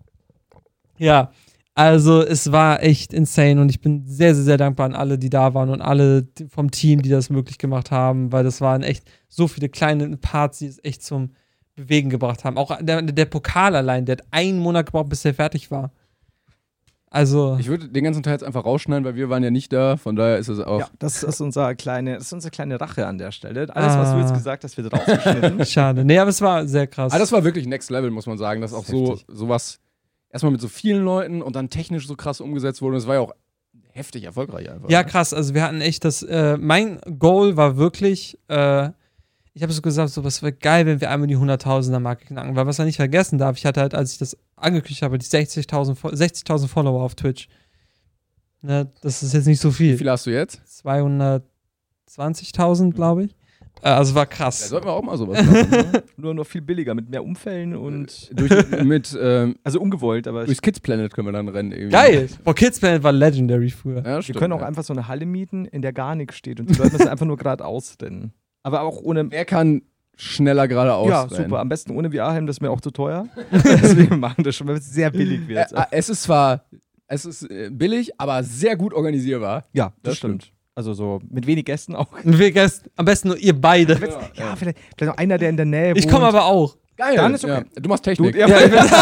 ja, also es war echt insane und ich bin sehr, sehr, sehr dankbar an alle, die da waren und alle vom Team, die das möglich gemacht haben, weil das waren echt so viele kleine Parts, die es echt zum Bewegen gebracht haben. Auch der, der Pokal allein, der hat einen Monat gebraucht, bis der fertig war. Also. Ich würde den ganzen Teil jetzt einfach rausschneiden, weil wir waren ja nicht da, von daher ist es auch. Ja, das ist, unser kleine, das ist unsere kleine Rache an der Stelle. Alles, was du jetzt gesagt hast, wird rausgeschnitten. Schade. Nee, aber es war sehr krass. Aber das war wirklich Next Level, muss man sagen, dass auch so sowas erstmal mit so vielen Leuten und dann technisch so krass umgesetzt wurde. Und es war ja auch heftig erfolgreich einfach. Ja, krass. Also wir hatten echt das, äh, mein Goal war wirklich, äh, ich habe so gesagt, so, was wäre geil, wenn wir einmal die hunderttausender-Marke knacken. Weil was man nicht vergessen darf, ich hatte halt, als ich das angekündigt habe, die sechzigtausend Follower auf Twitch. Ne, das ist jetzt nicht so viel. Wie viel hast du jetzt? zweihundertzwanzigtausend, glaube ich. Äh, also war krass. Da sollten wir auch mal sowas machen. Ne? Nur noch viel billiger, mit mehr Umfällen und. Durch, mit, ähm, also ungewollt, aber. Durchs Kids Planet können wir dann rennen. Irgendwie. Geil! Boah, Kids Planet war legendary früher. Ja, wir stimmt, können auch ja. einfach so eine Halle mieten, in der gar nichts steht und die Leute müssen einfach nur geradeaus rennen. Aber auch ohne. Wer kann schneller geradeaus Ja, rennen. super. Am besten ohne V R-Helm, das ist mir auch zu teuer. Deswegen machen wir das schon, weil es sehr billig wird. Äh, es ist zwar es ist äh, billig, aber sehr gut organisierbar. Ja, das, Das stimmt. stimmt. Also so mit wenig Gästen auch. Wir Gäste, am besten nur ihr beide. Ja, vielleicht, vielleicht noch einer, der in der Nähe Ich wohnt. komme aber auch. Geil. Dann ist okay. Ja. Du machst Du, Technik. ja,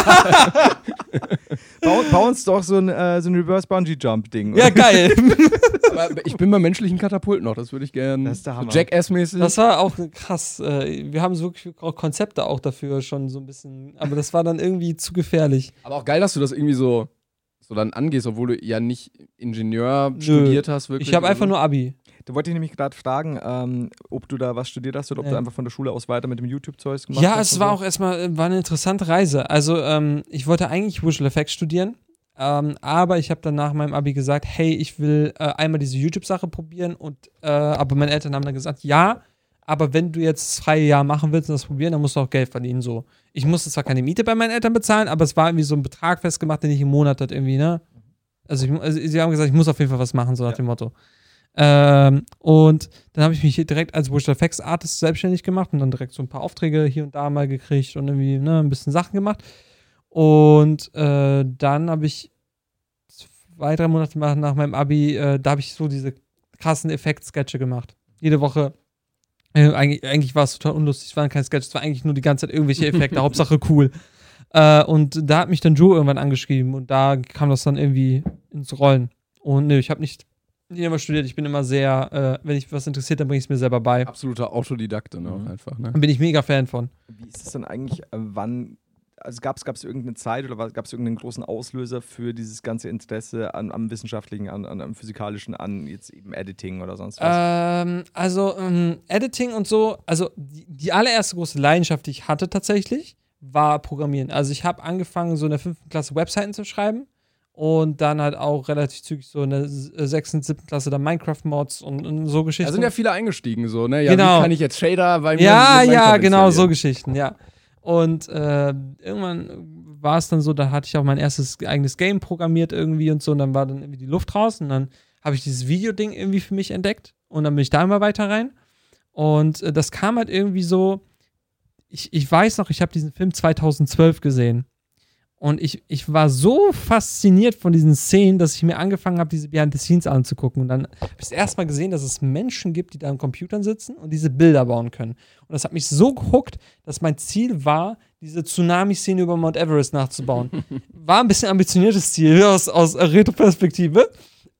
bau, bau uns doch so ein, äh, so ein Reverse-Bungee-Jump-Ding. Ja, geil. Aber ich bin beim menschlichen Katapult noch, das würde ich gerne. Das ist der Hammer. So Jackass-mäßig. Das war auch krass. äh, Wir haben so wirklich auch Konzepte auch dafür schon so ein bisschen, aber das war dann irgendwie zu gefährlich. Aber auch geil, dass du das irgendwie so, so dann angehst, obwohl du ja nicht Ingenieur studiert hast. Wirklich Ich habe oder einfach so. nur Abi. Da wollte ich nämlich gerade fragen, ähm, ob du da was studiert hast oder ob Nee. du einfach von der Schule aus weiter mit dem YouTube-Zeug gemacht Ja, hast. es und war so. auch erstmal äh, war eine interessante Reise. Also, ähm, ich wollte eigentlich Visual Effects studieren, ähm, aber ich habe dann nach meinem Abi gesagt, hey, ich will äh, einmal diese YouTube-Sache probieren und äh, aber meine Eltern haben dann gesagt, ja, aber wenn du jetzt das freie Jahr machen willst und das probieren, dann musst du auch Geld verdienen. So. Ich musste zwar keine Miete bei meinen Eltern bezahlen, aber es war irgendwie so ein Betrag festgemacht, den ich im Monat hat irgendwie, ne? Also, ich, also sie haben gesagt, ich muss auf jeden Fall was machen, so nach Ja. dem Motto. Ähm, und dann habe ich mich hier direkt als Visual Effects Artist selbstständig gemacht und dann direkt so ein paar Aufträge hier und da mal gekriegt und irgendwie ne, ein bisschen Sachen gemacht. Und äh, dann habe ich zwei, drei Monate nach, nach meinem Abi, äh, da habe ich so diese krassen Effekt-Sketche gemacht. Jede Woche. Äh, eigentlich, eigentlich war es total unlustig, es waren keine Sketches, es war eigentlich nur die ganze Zeit irgendwelche Effekte, Hauptsache cool. Äh, und da hat mich dann Joe irgendwann angeschrieben und da kam das dann irgendwie ins Rollen. Und ne, ich habe nicht nie immer studiert, ich bin immer sehr, äh, wenn ich was interessiert, dann bringe ich es mir selber bei. Absoluter Autodidakte ne, Mhm. auch einfach. Ne? Dann bin ich mega Fan von. Wie ist es denn eigentlich, äh, wann, also gab es irgendeine Zeit oder gab es irgendeinen großen Auslöser für dieses ganze Interesse an, am Wissenschaftlichen, an, an, am Physikalischen, an jetzt eben Editing oder sonst was? Ähm, also ähm, Editing und so, also die, die allererste große Leidenschaft, die ich hatte tatsächlich, war Programmieren. Also ich habe angefangen, so in der fünften Klasse Webseiten zu schreiben und dann halt auch relativ zügig so in der sechsten, siebten Klasse dann Minecraft-Mods und, und so Geschichten. Da sind ja viele eingestiegen, so, ne? Ja, Genau. wie kann ich jetzt Shader bei mir Ja, mit ja, Minecraft genau, so installieren? Geschichten, ja. Und äh, irgendwann war es dann so, da hatte ich auch mein erstes eigenes Game programmiert irgendwie und so und dann war dann irgendwie die Luft raus und dann habe ich dieses Videoding irgendwie für mich entdeckt und dann bin ich da immer weiter rein und äh, das kam halt irgendwie so, ich, ich weiß noch, ich habe diesen Film zweitausendzwölf gesehen und ich, ich war so fasziniert von diesen Szenen, dass ich mir angefangen habe, diese Behind the Scenes anzugucken. Und dann habe ich das erste Mal gesehen, dass es Menschen gibt, die da an Computern sitzen und diese Bilder bauen können. Und das hat mich so gehuckt, dass mein Ziel war, diese Tsunami-Szene über Mount Everest nachzubauen. War ein bisschen ambitioniertes Ziel aus, aus Retro-Perspektive.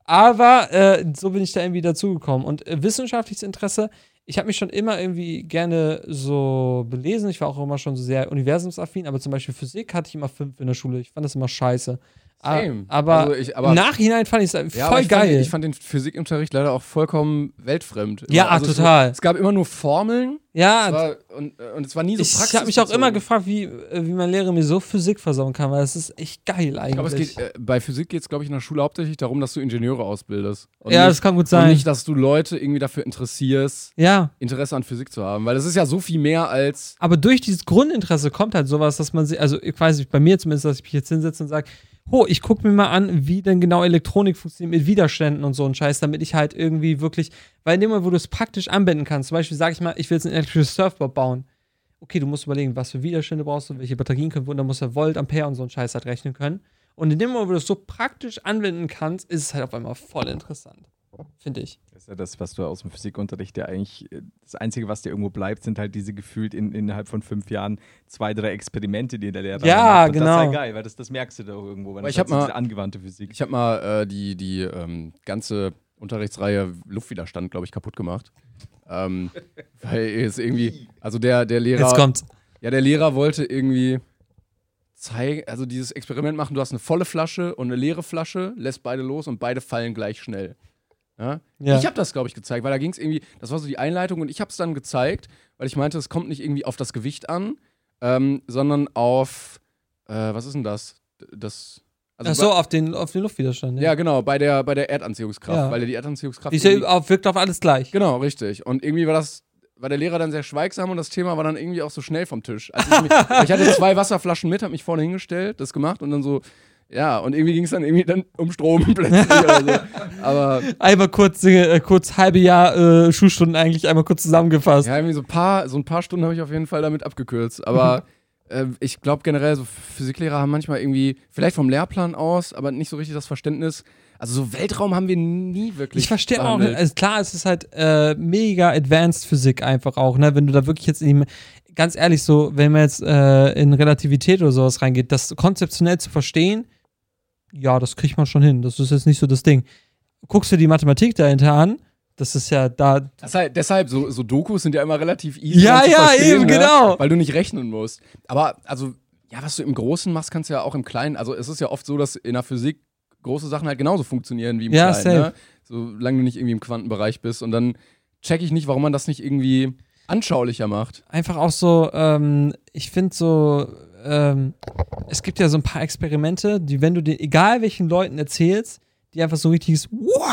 Aber äh, so bin ich da irgendwie dazugekommen. Und äh, wissenschaftliches Interesse, ich habe mich schon immer irgendwie gerne so belesen. Ich war auch immer schon so sehr universumsaffin, aber zum Beispiel Physik hatte ich immer fünf in der Schule. Ich fand das immer scheiße. Same. Aber, Also ich- aber- im Nachhinein fand ich es Ja, voll aber ich geil. Fand, ich fand den Physikunterricht leider auch vollkommen weltfremd. Ja, Immer. Also total. So, es gab immer nur Formeln ja, es war, und, und es war nie so ich praxisbezogen. habe mich auch immer gefragt, wie, äh, wie mein Lehrer mir so Physik versauen kann, weil das ist echt geil eigentlich. Ich glaube, es geht, äh, bei Physik geht es, glaube ich, in der Schule hauptsächlich darum, dass du Ingenieure ausbildest. Und ja, nicht, das kann gut und sein. nicht, dass du Leute irgendwie dafür interessierst, Ja, Interesse an Physik zu haben. Weil das ist ja so viel mehr als. aber durch dieses Grundinteresse kommt halt sowas, dass man sich, also ich weiß nicht, bei mir zumindest, dass ich mich jetzt hinsetze und sage, oh, ich gucke mir mal an, wie denn genau Elektronik funktioniert mit Widerständen und so ein Scheiß, damit ich halt irgendwie wirklich, weil in dem Moment, wo du es praktisch anwenden kannst, zum Beispiel sage ich mal, ich will jetzt ein elektrisches Surfboard bauen. Okay, du musst überlegen, was für Widerstände brauchst du, welche Batterien können, und dann musst du Volt, Ampere und so ein Scheiß halt rechnen können. Und in dem Moment, wo du es so praktisch anwenden kannst, ist es halt auf einmal voll interessant. Finde ich. Das ist ja das, was du aus dem Physikunterricht ja eigentlich, äh, das Einzige, was dir irgendwo bleibt, sind halt diese gefühlt in, innerhalb von fünf Jahren zwei, drei Experimente, die der Lehrer Ja, macht. Und genau. Das ist ja geil, weil das, das merkst du da auch irgendwo, wenn Aber das ich hab halt so mal- diese angewandte Physik. Ich habe mal äh, die, die ähm, ganze Unterrichtsreihe Luftwiderstand, glaube ich, kaputt gemacht. ähm, weil es irgendwie. Also der, der Lehrer. Jetzt kommt's. Ja, der Lehrer wollte irgendwie zeigen, also dieses Experiment machen, du hast eine volle Flasche und eine leere Flasche, lässt beide los und beide fallen gleich schnell. Ja? Ja. Ich habe das, glaube ich, gezeigt, weil da ging es irgendwie, das war so die Einleitung und ich habe es dann gezeigt, weil ich meinte, es kommt nicht irgendwie auf das Gewicht an, ähm, sondern auf, äh, was ist denn das? Das, also Ach so, bei- auf den, auf den Luftwiderstand. ja, genau, bei der, bei der Erdanziehungskraft, Ja. weil ja die Erdanziehungskraft Die ist ja irgendwie- auf, wirkt auf alles gleich. Genau, richtig. Und irgendwie war das, war der Lehrer dann sehr schweigsam und das Thema war dann irgendwie auch so schnell vom Tisch. Also ich, mich, ich hatte zwei Wasserflaschen mit, hab mich vorne hingestellt, das gemacht und dann so, ja, und irgendwie ging es dann irgendwie dann um Strom plötzlich oder so. Aber Einmal kurz, äh, kurz halbe Jahr äh, Schulstunden eigentlich einmal kurz zusammengefasst. ja, irgendwie so ein paar, so ein paar Stunden habe ich auf jeden Fall damit abgekürzt. Aber äh, ich glaube generell, so Physiklehrer haben manchmal irgendwie, vielleicht vom Lehrplan aus, aber nicht so richtig das Verständnis. Also so Weltraum haben wir nie wirklich. Ich verstehe auch, behandelt. also klar, es ist halt äh, mega Advanced Physik einfach auch, ne? Wenn du da wirklich jetzt in die, ganz ehrlich so, wenn man jetzt äh, in Relativität oder sowas reingeht, das konzeptionell zu verstehen, ja, das kriegt man schon hin. Das ist jetzt nicht so das Ding. Guckst du die Mathematik dahinter an, das ist ja da. Das heißt, deshalb, so, so Dokus sind ja immer relativ easy. Ja, zu ja, verstehen, eben, ne? genau. Weil du nicht rechnen musst. Aber, also, ja, was du im Großen machst, kannst du ja auch im Kleinen. Also, es ist ja oft so, dass in der Physik große Sachen halt genauso funktionieren wie im Ja, Kleinen. safe. Ne? Solange du nicht irgendwie im Quantenbereich bist. Und dann check ich nicht, warum man das nicht irgendwie anschaulicher macht. Einfach auch so, ähm, ich finde so, ähm, es gibt ja so ein paar Experimente, die, wenn du den, egal welchen Leuten erzählst, die einfach so ein richtiges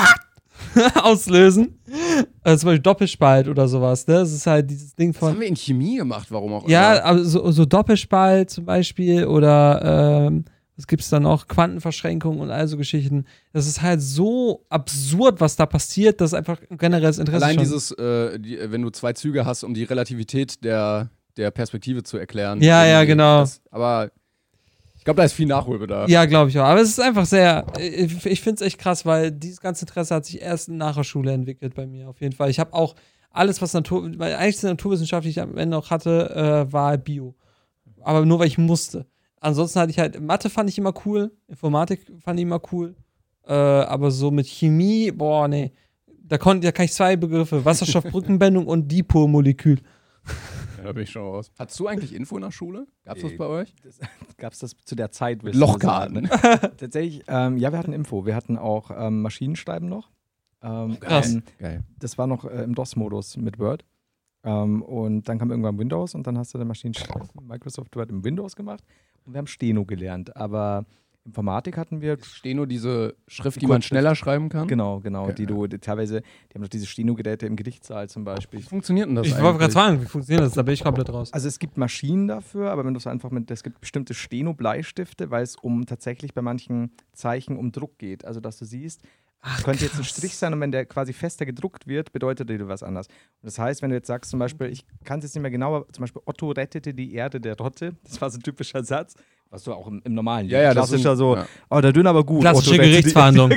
What auslösen. Also zum Beispiel Doppelspalt oder sowas, ne? Das ist halt dieses Ding Das von. haben wir in Chemie gemacht, warum auch Ja, immer. aber so, so Doppelspalt zum Beispiel oder ähm, was gibt's da noch? Quantenverschränkung und all so Geschichten. Das ist halt so absurd, was da passiert, dass einfach generelles Interesse Allein schon. dieses, äh, die, wenn du zwei Züge hast, um die Relativität der, der Perspektive zu erklären. Ja, ja, Irgendwie. genau. Das, aber ich glaube, da ist viel Nachholbedarf. Ja, glaube ich auch. Aber es ist einfach sehr, ich, ich finde es echt krass, weil dieses ganze Interesse hat sich erst nach der Schule entwickelt bei mir, auf jeden Fall. Ich habe auch alles, was Natur, weil eigentlich die Naturwissenschaft, die ich am Ende noch hatte, äh, war Bio. Aber nur, weil ich musste. Ansonsten hatte ich halt, Mathe fand ich immer cool, Informatik fand ich immer cool, äh, aber so mit Chemie, boah, nee. Da, kon, da kann ich zwei Begriffe, Wasserstoffbrückenbindung und Dipolmolekül. Ja, da bin ich schon raus. Hattest du eigentlich Info in der Schule? Gab's das Nee. bei euch? Gab es das zu der Zeit? Mit willst du Lochkarten. sagen? Tatsächlich, ähm, ja, wir hatten Info. Wir hatten auch ähm, Maschinenschreiben noch. Ähm, Krass. ähm, Geil. das war noch äh, im DOS-Modus mit Word. Ähm, und dann kam irgendwann Windows und dann hast du dann Maschinenschreiben, Microsoft Word im Windows gemacht. Und wir haben Steno gelernt. Aber Informatik hatten wir. Steht nur diese Schrift, Die die man Kurzschrift. schneller schreiben kann? Genau, genau. Okay, die ja. du die, teilweise, die haben noch diese Steno-Geräte im Gerichtssaal zum Beispiel. Wie funktioniert denn das Ich wollte gerade eigentlich? fragen, wie funktioniert das? Da bin ich komplett raus. Also es gibt Maschinen dafür, aber wenn du es einfach mit, es gibt bestimmte Steno-Bleistifte, weil es um tatsächlich bei manchen Zeichen um Druck geht. Also dass du siehst, Ach, es könnte jetzt ein krass. Strich sein und wenn der quasi fester gedruckt wird, bedeutet dir was anders. Und das heißt, wenn du jetzt sagst zum Beispiel, ich kann es jetzt nicht mehr genau, aber zum Beispiel Otto rettete die Erde der Rotte, das war so ein typischer Satz, was du auch im, im normalen Ja, ja, das klassischer sind- so, ja. oh, der Dünn aber gut. Klassische Otto rettete die- Gerichtsverhandlung.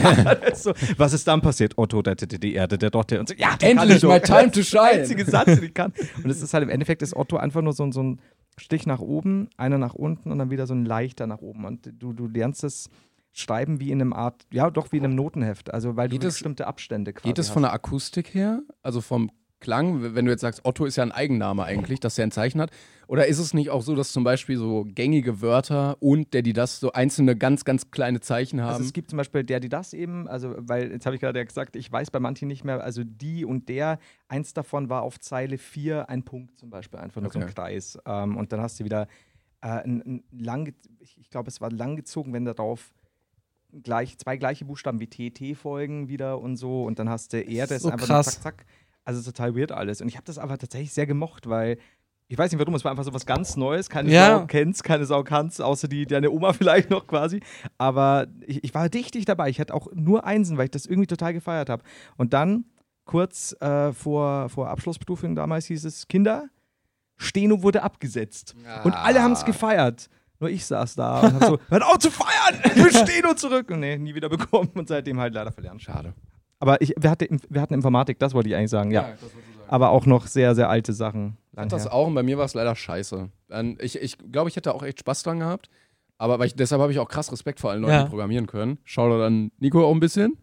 so, was ist dann passiert? Otto rettete die Erde der Rotte und so, ja, die kann Endlich ich doch. my time to Das ist der shine. einzige Satz, den ich kann. Und es ist halt im Endeffekt ist Otto einfach nur so, so ein Stich nach oben, einer nach unten und dann wieder so ein leichter nach oben. Und du, du lernst das Schreiben wie in einem Art, ja doch wie in einem Notenheft, also weil Geht du es- bestimmte Abstände quasi Geht es hast. von der Akustik her? Also vom Klang? Wenn du jetzt sagst, Otto ist ja ein Eigenname eigentlich, dass er ein Zeichen hat. Oder ist es nicht auch so, dass zum Beispiel so gängige Wörter und der, die das so einzelne ganz, ganz kleine Zeichen haben? Also es gibt zum Beispiel der, die das eben, also weil, jetzt habe ich gerade ja gesagt, ich weiß bei manchen nicht mehr, also die und der, eins davon war auf Zeile vier ein Punkt zum Beispiel, einfach nur so ein Okay. Kreis. Ähm, und dann hast du wieder äh, ein, ein lang, ich, ich glaube es war langgezogen, wenn darauf gleich, zwei gleiche Buchstaben wie T, T folgen wieder und so und dann hast du Erde, Das ist ist so einfach krass. nur zack, zack. Also total weird alles. Und ich habe das aber tatsächlich sehr gemocht, weil ich weiß nicht warum, es war einfach so was ganz Neues. Keine Ja. Sau kennt's, keine Sau kann's, außer die deine Oma vielleicht noch quasi. Aber ich, ich war dicht dicht dabei. Ich hatte auch nur Einsen, weil ich das irgendwie total gefeiert habe. Und dann, kurz äh, vor, vor Abschlussprüfung damals hieß es, Kinder, Steno wurde abgesetzt. Und alle haben es gefeiert. Nur ich saß da und hab so, hört auf zu feiern! Ich will Steno zurück! Und nee, nie wieder bekommen und seitdem halt leider verlernt. Schade. Aber ich, wir, hatte, wir hatten Informatik, das wollte ich eigentlich sagen, ja. das wolltest du sagen. Aber auch noch sehr, sehr alte Sachen. Ich fand das auch und bei mir war es leider scheiße. Dann, ich ich glaube, ich hätte auch echt Spaß dran gehabt. Aber weil ich, deshalb habe ich auch krass Respekt vor allen Leuten, Ja. die programmieren können. Schau da dann Nico auch ein bisschen.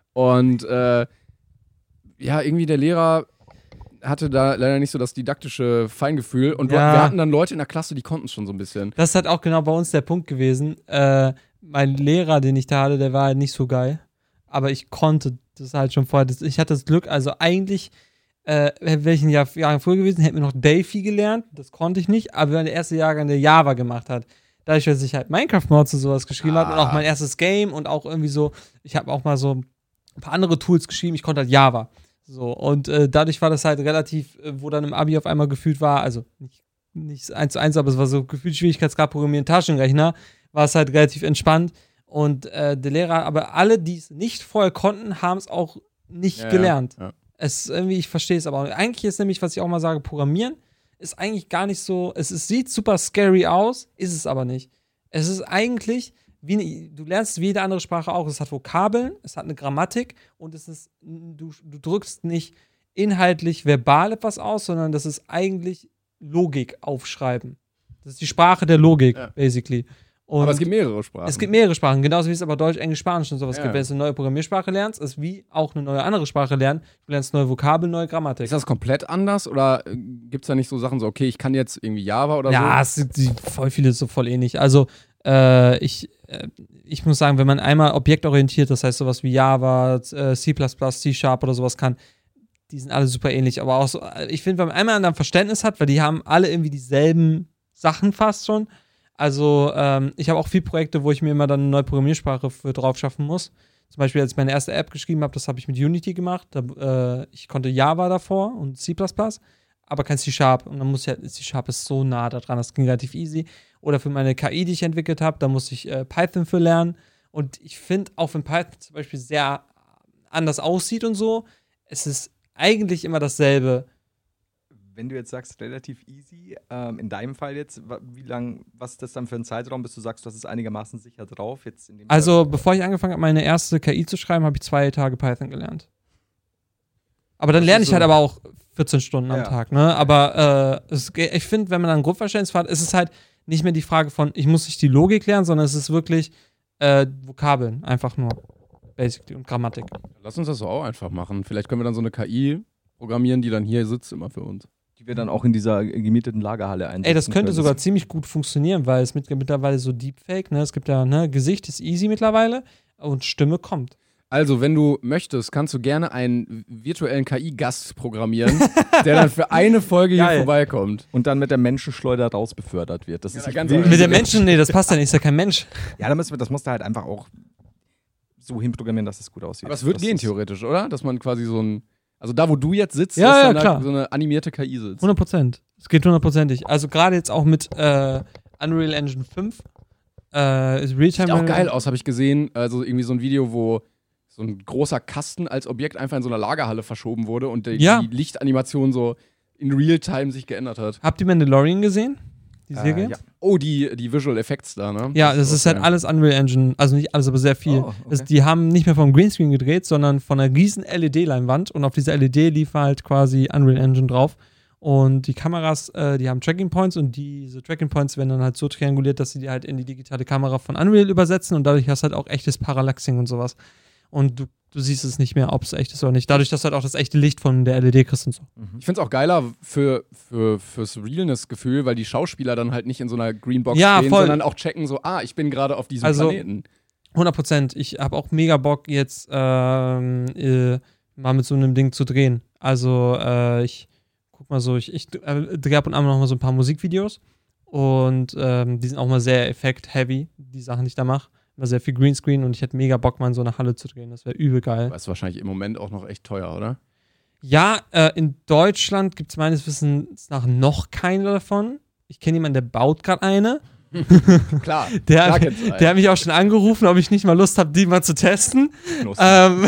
Und äh, ja, irgendwie der Lehrer hatte da leider nicht so das didaktische Feingefühl. Und Ja. wir hatten dann Leute in der Klasse, die konnten es schon so ein bisschen. Das ist halt auch genau bei uns der Punkt gewesen. Äh, mein Lehrer, den ich da hatte, der war halt nicht so geil. Aber ich konnte das halt schon vorher. Das, ich hatte das Glück, also eigentlich äh, wäre ich ein Jahr, Jahr früher gewesen, hätten wir noch Delphi gelernt. Das konnte ich nicht. Aber wir waren der erste Jahrgang, der Java gemacht hat. Dadurch, dass ich halt Minecraft-Mods und sowas geschrieben habe und auch mein erstes Game und auch irgendwie so, ich habe auch mal so ein paar andere Tools geschrieben. Ich konnte halt Java. So, und äh, dadurch war das halt relativ, äh, wo dann im Abi auf einmal gefühlt war, also nicht, nicht eins zu eins, aber es war so gefühlt Schwierigkeitsgrad Programmieren, Taschenrechner, war es halt relativ entspannt. Und äh, der Lehrer, aber alle, die es nicht vorher konnten, haben es auch nicht Ja, gelernt. ja, ja. Es irgendwie, ich verstehe es aber auch. Eigentlich ist nämlich, was ich auch mal sage, Programmieren ist eigentlich gar nicht so, es ist, sieht super scary aus, ist es aber nicht. Es ist eigentlich, wie, du lernst wie jede andere Sprache auch, es hat Vokabeln, es hat eine Grammatik und es ist, du, du drückst nicht inhaltlich verbal etwas aus, sondern das ist eigentlich Logik aufschreiben. Das ist die Sprache der Logik, Ja. basically. Und Aber es gibt mehrere Sprachen. es gibt mehrere Sprachen, genauso wie es aber Deutsch, Englisch, Spanisch und sowas Ja. gibt. Wenn du eine neue Programmiersprache lernst, ist wie auch eine neue andere Sprache lernen. Du lernst neue Vokabeln, neue Grammatik. Ist das komplett anders oder gibt es da nicht so Sachen so, okay, ich kann jetzt irgendwie Java oder Ja, es sind die, voll viele so voll ähnlich. Also, äh, ich, äh, ich muss sagen, wenn man einmal objektorientiert, das heißt sowas wie Java, äh, C plus plus, C Sharp oder sowas kann, die sind alle super ähnlich. Aber auch so, ich finde, wenn man einmal dann Verständnis hat, weil die haben alle irgendwie dieselben Sachen fast schon. Also, ähm, ich habe auch viele Projekte, wo ich mir immer dann eine neue Programmiersprache für drauf schaffen muss. Zum Beispiel, als ich meine erste App geschrieben habe, das habe ich mit Unity gemacht. Da, äh, ich konnte Java davor und C plus plus, aber kein C Sharp. Und dann muss ich halt, C Sharp ist so nah da dran, das ging relativ easy. Oder für meine K I, die ich entwickelt habe, da musste ich äh, Python für lernen. Und ich finde, auch wenn Python zum Beispiel sehr anders aussieht und so, es ist eigentlich immer dasselbe. Wenn du jetzt sagst, relativ easy, ähm, in deinem Fall jetzt, wa- wie lang, was ist das dann für ein Zeitraum, bis du sagst, das ist einigermaßen sicher drauf? Jetzt in dem Also, Fall? bevor ich angefangen habe, meine erste K I zu schreiben, habe ich zwei Tage Python gelernt. Aber dann Das lerne ist ich halt so- aber auch vierzehn Stunden am Ja. Tag, ne? Aber äh, es, ge- ich finde, wenn man dann ein Grundverständnis hat, ist es halt nicht mehr die Frage von, ich muss nicht die Logik lernen, sondern es ist wirklich äh, Vokabeln, einfach nur. Basically und Grammatik. Lass uns das so auch einfach machen. Vielleicht können wir dann so eine K I programmieren, die dann hier sitzt immer für uns. Die wir dann auch in dieser gemieteten Lagerhalle einsetzen Ey, das könnte können. sogar ziemlich gut funktionieren, weil es mit, mittlerweile so Deepfake, ne? Es gibt ja, ne, Gesicht ist easy mittlerweile und Stimme kommt. Also, wenn du möchtest, kannst du gerne einen virtuellen K I-Gast programmieren, der dann für eine Folge hier Geil. vorbeikommt. Und dann mit der Menschenschleuder raus befördert wird. Das Ja, ist ganz wild. einfach. Mit den Menschen, nee, das passt ja nicht, ist ja kein Mensch. Ja, da müssen wir, das musst du halt einfach auch so hinprogrammieren, dass es gut aussieht. Aber es wird das gehen, ist- theoretisch, oder? Dass man quasi so ein. Also, da, wo du jetzt sitzt, Ja, dass ja, dann da klar. so eine animierte K I sitzt. hundert Prozent. Es geht hundertprozentig. Also gerade jetzt auch mit äh, Unreal Engine fünf. Äh, ist Realtime. Sieht auch geil aus, habe ich gesehen. Also, irgendwie so ein Video, wo so ein großer Kasten als Objekt einfach in so einer Lagerhalle verschoben wurde und die, Ja. die Lichtanimation so in Realtime sich geändert hat. Habt ihr Mandalorian gesehen? Die Serie? Äh, ja. Oh, die, die Visual Effects da, ne? Ja, das ist halt auch alles Unreal Engine, also nicht alles, aber sehr viel. Oh, okay. das, die haben nicht mehr vom Greenscreen gedreht, sondern von einer riesen L E D-Leinwand und auf dieser L E D lief halt quasi Unreal Engine drauf. Und die Kameras, äh, die haben Tracking Points und diese Tracking Points werden dann halt so trianguliert, dass sie die halt in die digitale Kamera von Unreal übersetzen und dadurch hast du halt auch echtes Parallaxing und sowas. Und du, du siehst es nicht mehr, ob es echt ist oder nicht. Dadurch, dass du halt auch das echte Licht von der L E D kriegst und so. Ich finde es auch geiler für, für, fürs Realness-Gefühl, weil die Schauspieler dann halt nicht in so einer Greenbox Ja, stehen, voll. sondern auch checken so, ah, ich bin gerade auf diesem Also- Planeten. hundert Prozent. Ich habe auch mega Bock, jetzt ähm, äh, mal mit so einem Ding zu drehen. Also, äh, ich guck mal so, ich, ich äh, drehe ab und an noch mal so ein paar Musikvideos. Und ähm, die sind auch mal sehr effekt-heavy, die Sachen, die ich da mache. Immer sehr viel Greenscreen und ich hätte mega Bock, mal in so eine Halle zu drehen. Das wäre übel geil. Das ist wahrscheinlich im Moment auch noch echt teuer, oder? Ja, äh, in Deutschland gibt es meines Wissens nach noch keine davon. Ich kenne jemanden, der baut gerade eine. Klar, Der, klar kennst du einen. der hat mich auch schon angerufen, ob ich nicht mal Lust habe, die mal zu testen. Los. Ähm,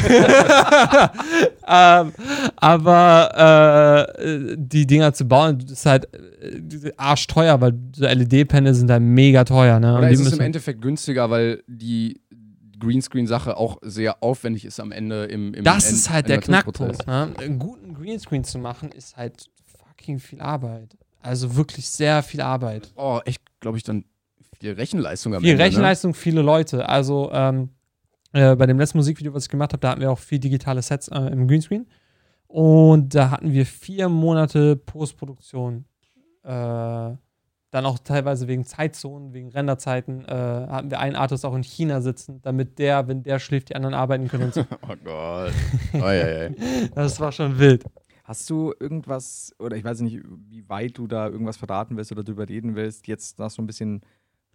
ähm, aber äh, die Dinger zu bauen, ist halt äh, arschteuer, weil so L E D-Panel sind halt mega teuer. Ne? Und Oder die ist es im müssen- Endeffekt günstiger, weil die Greenscreen-Sache auch sehr aufwendig ist am Ende im, im das End- ist halt der Animationsprozess. Knackpunkt. Ne? Einen guten Greenscreen zu machen, ist halt fucking viel Arbeit. Also wirklich sehr viel Arbeit. Oh, echt, glaube ich, dann viel Rechenleistung am Viel Ende. Rechenleistung, viele Leute. Also ähm, äh, bei dem letzten Musikvideo, was ich gemacht habe, da hatten wir auch viel digitale Sets äh, im Greenscreen. Und da hatten wir vier Monate Postproduktion. Äh, dann auch teilweise wegen Zeitzonen, wegen Renderzeiten, äh, hatten wir einen Artist auch in China sitzen, damit der, wenn der schläft, die anderen arbeiten können und so. Ne? Oh Gott. Oh, ja, ja. Das war schon wild. Hast du irgendwas, oder ich weiß nicht, wie weit du da irgendwas verraten willst oder drüber reden willst, jetzt nach so ein bisschen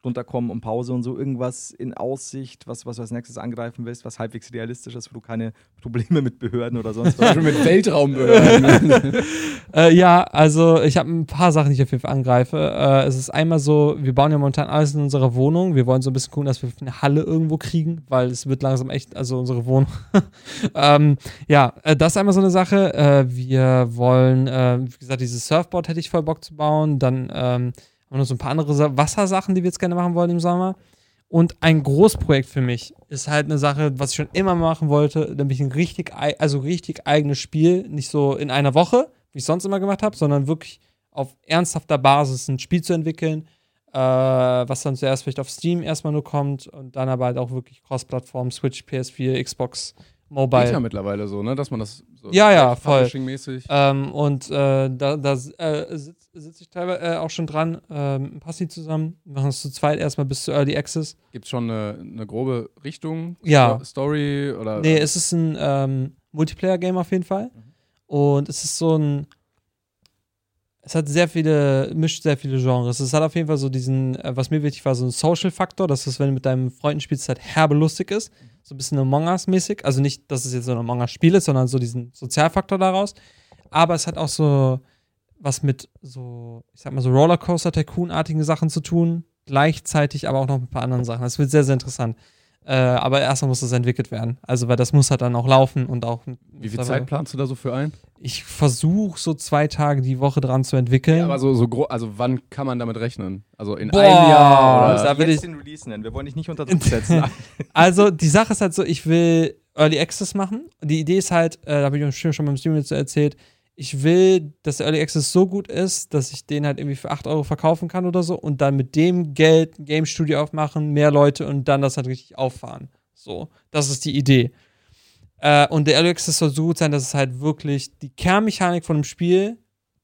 runterkommen und Pause und so, irgendwas in Aussicht, was, was du als nächstes angreifen willst, was halbwegs realistisch ist, wo du keine Probleme mit Behörden oder sonst was. mit Weltraumbehörden. äh, ja, also ich habe ein paar Sachen, die ich auf jeden Fall angreife. Äh, es ist einmal so, wir bauen ja momentan alles in unserer Wohnung. Wir wollen so ein bisschen gucken, dass wir eine Halle irgendwo kriegen, weil es wird langsam echt, also unsere Wohnung. ähm, ja, äh, das ist einmal so eine Sache. Äh, wir wollen, äh, wie gesagt, dieses Surfboard hätte ich voll Bock zu bauen. Dann ähm, und noch so ein paar andere Sa- Wassersachen, die wir jetzt gerne machen wollen im Sommer. Und ein Großprojekt für mich ist halt eine Sache, was ich schon immer machen wollte, nämlich ein richtig, ei- also richtig eigenes Spiel. Nicht so in einer Woche, wie ich sonst immer gemacht habe, sondern wirklich auf ernsthafter Basis ein Spiel zu entwickeln, äh, was dann zuerst vielleicht auf Steam erstmal nur kommt und dann aber halt auch wirklich Cross-Plattform, Switch, P S vier, Xbox, Mobile. Geht ja mittlerweile so, ne? Dass man das so Ja, ja, voll. Publishing-mäßig. Ähm, und äh, da, da äh, sitze sitz ich teilweise äh, auch schon dran, äh, mit Passi zusammen. Wir machen es zu zweit erstmal bis zu Early Access. Gibt es schon eine, eine grobe Richtung? Ja. Sto- Story oder. Nee, es ist ein ähm, Multiplayer-Game auf jeden Fall. Und es ist so ein. Es hat sehr viele, mischt sehr viele Genres. Es hat auf jeden Fall so diesen, äh, was mir wichtig war, so ein Social-Faktor, dass es, wenn du mit deinen Freunden spielst, halt herbe lustig ist. So ein bisschen Among Us-mäßig. Also nicht, dass es jetzt so ein Among Us-Spiel ist, sondern so diesen Sozialfaktor daraus. Aber es hat auch so was mit so, ich sag mal so Rollercoaster-Tycoon-artigen Sachen zu tun. Gleichzeitig aber auch noch mit ein paar anderen Sachen. Das wird sehr, sehr interessant. Äh, aber erstmal muss das entwickelt werden. Also, weil das muss halt dann auch laufen und auch. Wie viel Zeit planst du da so für ein? Ich versuche so zwei Tage die Woche dran zu entwickeln. Ja, aber so, so groß, also wann kann man damit rechnen? Also in Boah, einem Jahr oder? da will jetzt ich- den Release nennen. Wir wollen dich nicht unter Druck setzen. Also, die Sache ist halt so, ich will Early Access machen. Die Idee ist halt, äh, da habe ich schon schon beim Stream jetzt erzählt, ich will, dass der Early Access so gut ist, dass ich den halt irgendwie für acht Euro verkaufen kann oder so und dann mit dem Geld ein Game Studio aufmachen, mehr Leute und dann das halt richtig auffahren. So, das ist die Idee. Äh, und der Early Access soll so gut sein, dass es halt wirklich die Kernmechanik von dem Spiel,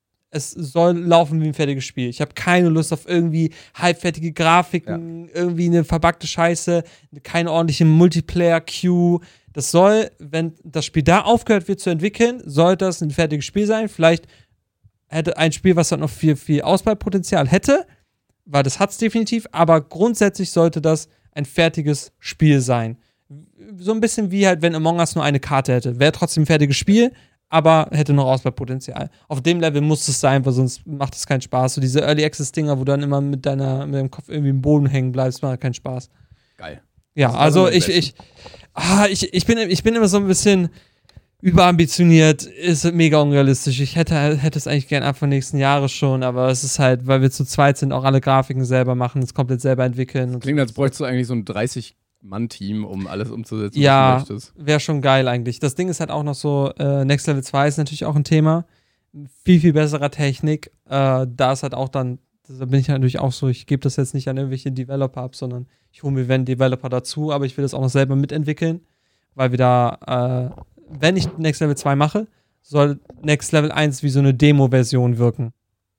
es soll laufen wie ein fertiges Spiel. Ich habe keine Lust auf irgendwie halbfertige Grafiken, irgendwie eine verbackte Scheiße, keine ordentliche Multiplayer-Queue. Das soll, wenn das Spiel da aufgehört wird zu entwickeln, soll das ein fertiges Spiel sein. Vielleicht hätte ein Spiel, was dann noch viel, viel Ausbaupotenzial hätte, weil das hat es definitiv, aber grundsätzlich sollte das ein fertiges Spiel sein. So ein bisschen wie halt, wenn Among Us nur eine Karte hätte. Wäre trotzdem ein fertiges Spiel, aber hätte noch Ausbaupotenzial. Auf dem Level muss es sein, weil sonst macht es keinen Spaß. So diese Early Access-Dinger, wo du dann immer mit, deiner, mit deinem Kopf irgendwie im Boden hängen bleibst, macht keinen Spaß. Geil. Ja, Das also war ich, ich, ah, ich, ich, bin, ich bin immer so ein bisschen überambitioniert, ist mega unrealistisch. Ich hätte, hätte es eigentlich gern Anfang nächsten Jahres schon, aber es ist halt, weil wir zu zweit sind, auch alle Grafiken selber machen, es komplett selber entwickeln. Und Klingt, als bräuchtest du eigentlich so ein dreißig-Mann-Team, um alles umzusetzen, ja, was du möchtest. wäre schon geil eigentlich. Das Ding ist halt auch noch so, äh, Next Level zwei ist natürlich auch ein Thema. Viel, viel besserer Technik. Äh, da ist halt auch dann, da bin ich natürlich auch so, ich gebe das jetzt nicht an irgendwelche Developer ab, sondern ich hole mir, wenn Developer dazu, aber ich will das auch noch selber mitentwickeln, weil wir da, äh, wenn ich Next Level zwei mache, soll Next Level eins wie so eine Demo-Version wirken.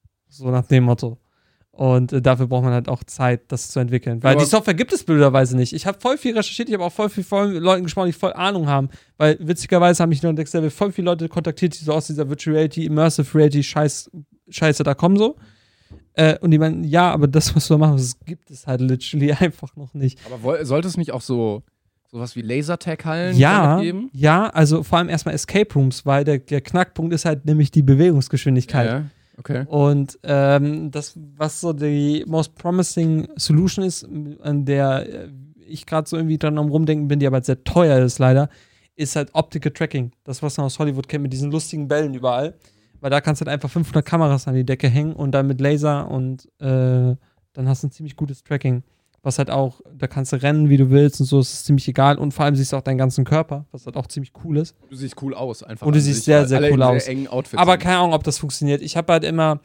So nach dem Motto. Und äh, dafür braucht man halt auch Zeit, das zu entwickeln. Weil Aber- die Software gibt es blöderweise nicht. Ich habe voll viel recherchiert, ich habe auch voll viel voll mit Leuten gesprochen, die voll Ahnung haben. Weil witzigerweise haben mich nur Next Level voll viele Leute kontaktiert, die so aus dieser Virtual Reality, Immersive Reality Scheiß, Scheiße da kommen so. Äh, und die meinen, ja, aber das, was du da machst, das gibt es halt literally einfach noch nicht. Aber woll, sollte es nicht auch so sowas wie Lasertag-Hallen Ja, damit geben? ja, also vor allem erstmal Escape Rooms, weil der, der Knackpunkt ist halt nämlich die Bewegungsgeschwindigkeit. Ja, okay. Und ähm, das, was so die most promising Solution ist, an der äh, ich gerade so irgendwie dran am Rumdenken bin, die aber sehr teuer ist leider, ist halt Optical Tracking. Das, was man aus Hollywood kennt, mit diesen lustigen Bällen überall. Weil da kannst du halt einfach fünfhundert Kameras an die Decke hängen und dann mit Laser und äh, dann hast du ein ziemlich gutes Tracking. Was halt auch, da kannst du rennen, wie du willst und so, ist ziemlich egal. Und vor allem siehst du auch deinen ganzen Körper, was halt auch ziemlich cool ist. Du siehst cool aus, einfach. Und du an siehst sich, sehr, weil sehr alle cool in aus. Sehr engen Outfits Aber sind. keine Ahnung, ob das funktioniert. Ich habe halt immer